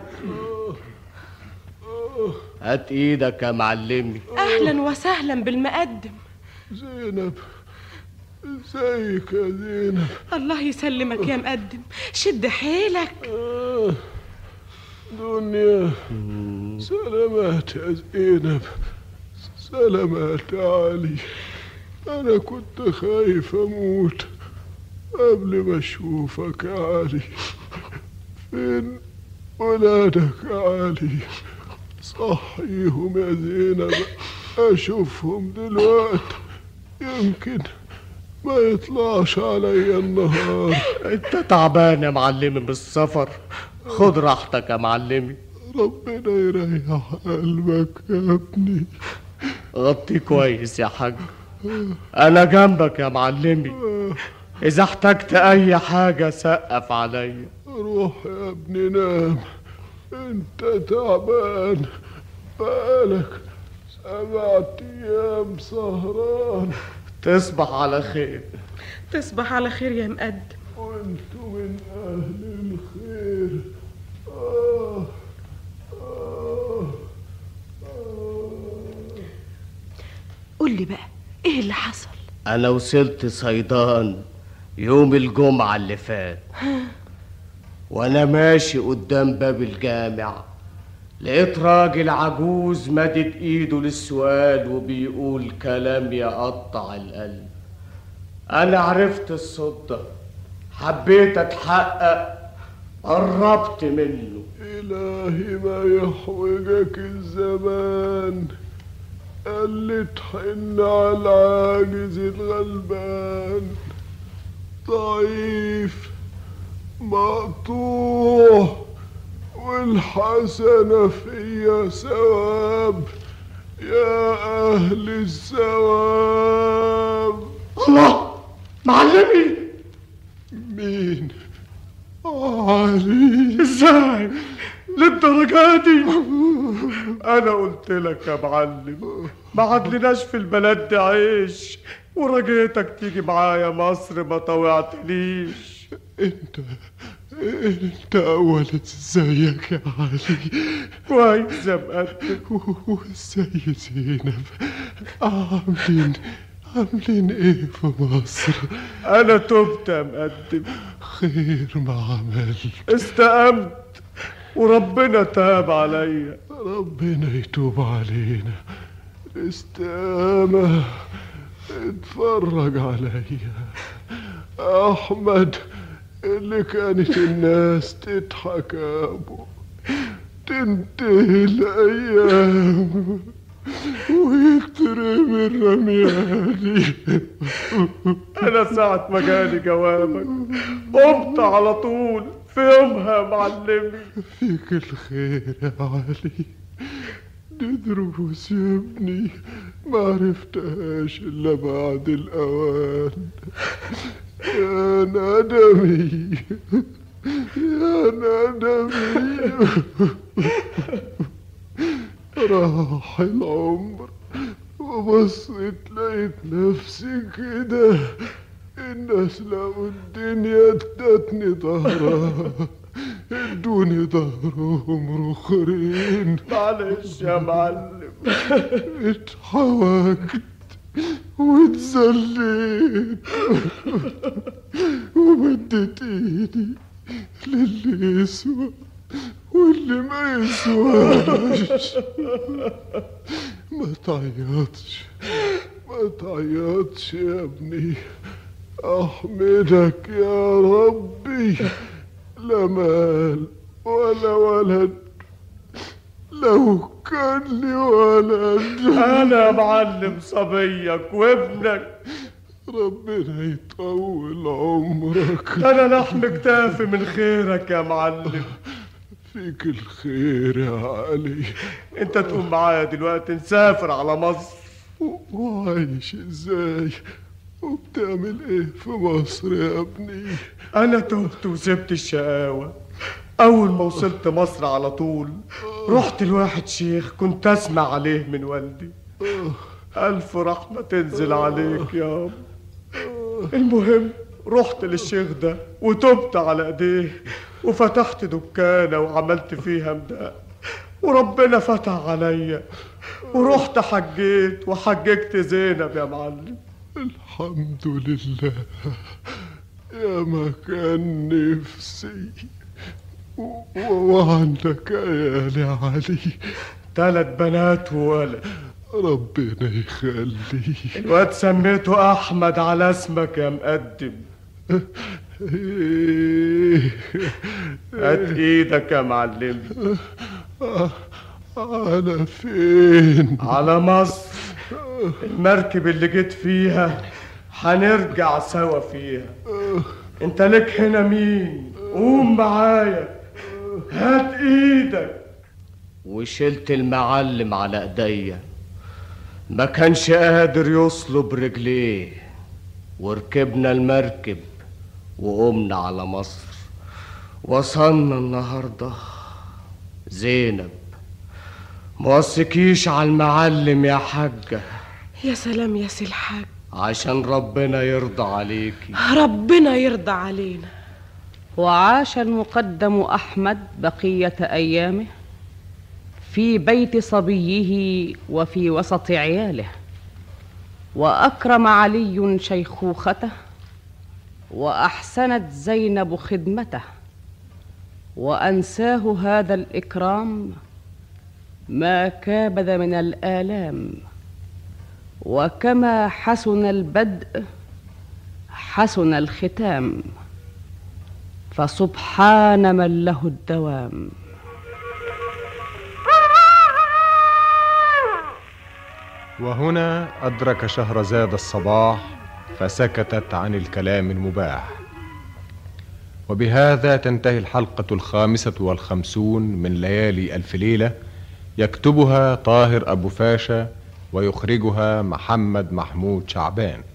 Speaker 4: هات ايدك يا معلمي.
Speaker 11: اهلا وسهلا بالمقدم.
Speaker 3: زينب، ازيك يا زينب؟
Speaker 11: الله يسلمك يا مقدم، شد حيلك.
Speaker 3: آه. دنيا سلامات يا زينب.
Speaker 15: سلامات يا علي. أنا كنت خايف أموت قبل ما أشوفك يا علي. فين ولادك يا علي؟ صحيهم يا زينب أشوفهم دلوقتي، يمكن ما يطلعش عليا النهار.
Speaker 4: انت تعبان يا معلمي من السفر، خد راحتك يا معلمي.
Speaker 15: ربنا يريح قلبك يا ابني.
Speaker 4: غطي كويس يا حاج، انا جنبك يا معلمي. اذا احتجت اي حاجة سقف عليا.
Speaker 15: روح يا ابني نام، انت تعبان بقالك سبعة ايام سهران.
Speaker 4: تصبح على خير.
Speaker 11: تصبح على خير يا مقدم.
Speaker 15: وانتوا من اهل الخير. آه آه
Speaker 11: آه. قول لي بقى ايه اللي حصل؟
Speaker 4: انا وصلت صيدان يوم الجمعة اللي فات، وانا ماشي قدام باب الجامع لقيت راجل عجوز مدد ايده للسؤال وبيقول كلام يقطع القلب. انا عرفت الصوت ده، حبيت اتحقق، قربت منه.
Speaker 15: إلهي ما يحوجك الزمان، قال تحن على العاجز الغلبان، ضعيف مقطوع والحسنة فيا ثواب يا أهل الثواب.
Speaker 4: الله معلمي.
Speaker 15: مين؟ علي.
Speaker 4: ازاي للدرجة دي؟ انا قلت لك يا معلم ما عدلناش في البلد دي عيش، ورجيتك تيجي معايا مصر ما طوعتليش.
Speaker 15: انت انت ولد ازيك يا علي؟
Speaker 4: كويس يا مقدم.
Speaker 15: وازاي زينب؟ عاملين عاملين ايه في مصر؟
Speaker 4: انا تبت يا مقدم.
Speaker 15: خير ما عملت.
Speaker 4: استقمت وربنا تاب عليا.
Speaker 15: ربنا يتوب علينا. استقامة. اتفرج عليا احمد اللي كانت الناس تضحك ابو، تنتهي الايام ويترمي الرمياني.
Speaker 4: انا ساعة ما جالي جوابك قمت على طول في يومها يا معلمي.
Speaker 15: فيك الخير يا علي. دي دروس يا ابني ما عرفتهاش الا بعد الاوان. يا ندمي يا ندمي. راح العمر وبصيت لقيت نفسي كده، الناس لقوا الدنيا ادتني ظهرها، ادوني ظهرهم رخرين.
Speaker 4: معلش يا معلم.
Speaker 15: اتحوجت واتذليت ومدت ايدي للي يسوى واللي ما يسواش. ما تعيطش ما تعيطش يا ابني. احمدك يا ربي، لا مال ولا ولد، لو كان لي ولد.
Speaker 4: انا يا معلم صبيك وابنك.
Speaker 15: ربنا يطول عمرك.
Speaker 4: انا لحم كتافي من خيرك يا معلم.
Speaker 15: فيك الخير يا علي.
Speaker 4: انت تقوم معايا دلوقتي نسافر على مصر.
Speaker 15: وعايش ازاي وبتعمل ايه في مصر يا ابني؟
Speaker 4: انا تهت وسبت الشقاوة. اول ما وصلت مصر على طول رحت لواحد شيخ كنت اسمع عليه من والدي. الف رحمة تنزل عليك يا. المهم رحت للشيخ ده وتبت على ايديه وفتحت دكانة وعملت فيها مداء، وربنا فتح عليا ورحت حجيت وحججت زينب يا معلم.
Speaker 15: الحمد لله. يا ما كان نفسي. وعندك عيال يا علي؟
Speaker 4: ثلاث بنات وولد.
Speaker 15: ربنا يخليك.
Speaker 4: الواد سميته احمد على اسمك يا مقدم. هات ايدك يا معلم.
Speaker 15: على فين؟
Speaker 4: على مصر. المركب اللي جيت فيها هنرجع سوا فيها. انت لك هنا مين؟ قوم معايا، هات ايدك. وشلت المعلم على ايديا، ما كانش قادر يصلب رجليه، وركبنا المركب وقمنا على مصر. وصلنا النهارده. زينب موثقيش على المعلم يا حاجة.
Speaker 11: يا سلام يا سي الحاج،
Speaker 4: عشان ربنا يرضى عليكي.
Speaker 11: ربنا يرضى علينا.
Speaker 2: وعاش المقدم أحمد بقية أيامه في بيت صبيه وفي وسط عياله، وأكرم علي شيخوخته، وأحسنت زينب خدمته، وأنساه هذا الإكرام ما كابد من الآلام. وكما حسن البدء حسن الختام، فسبحان من له الدوام.
Speaker 1: وهنا أدرك شهرزاد الصباح فسكتت عن الكلام المباح. وبهذا تنتهي الحلقة الخامسة والخمسون من ليالي ألف ليلة، يكتبها طاهر أبو فاشا ويخرجها محمد محمود شعبان.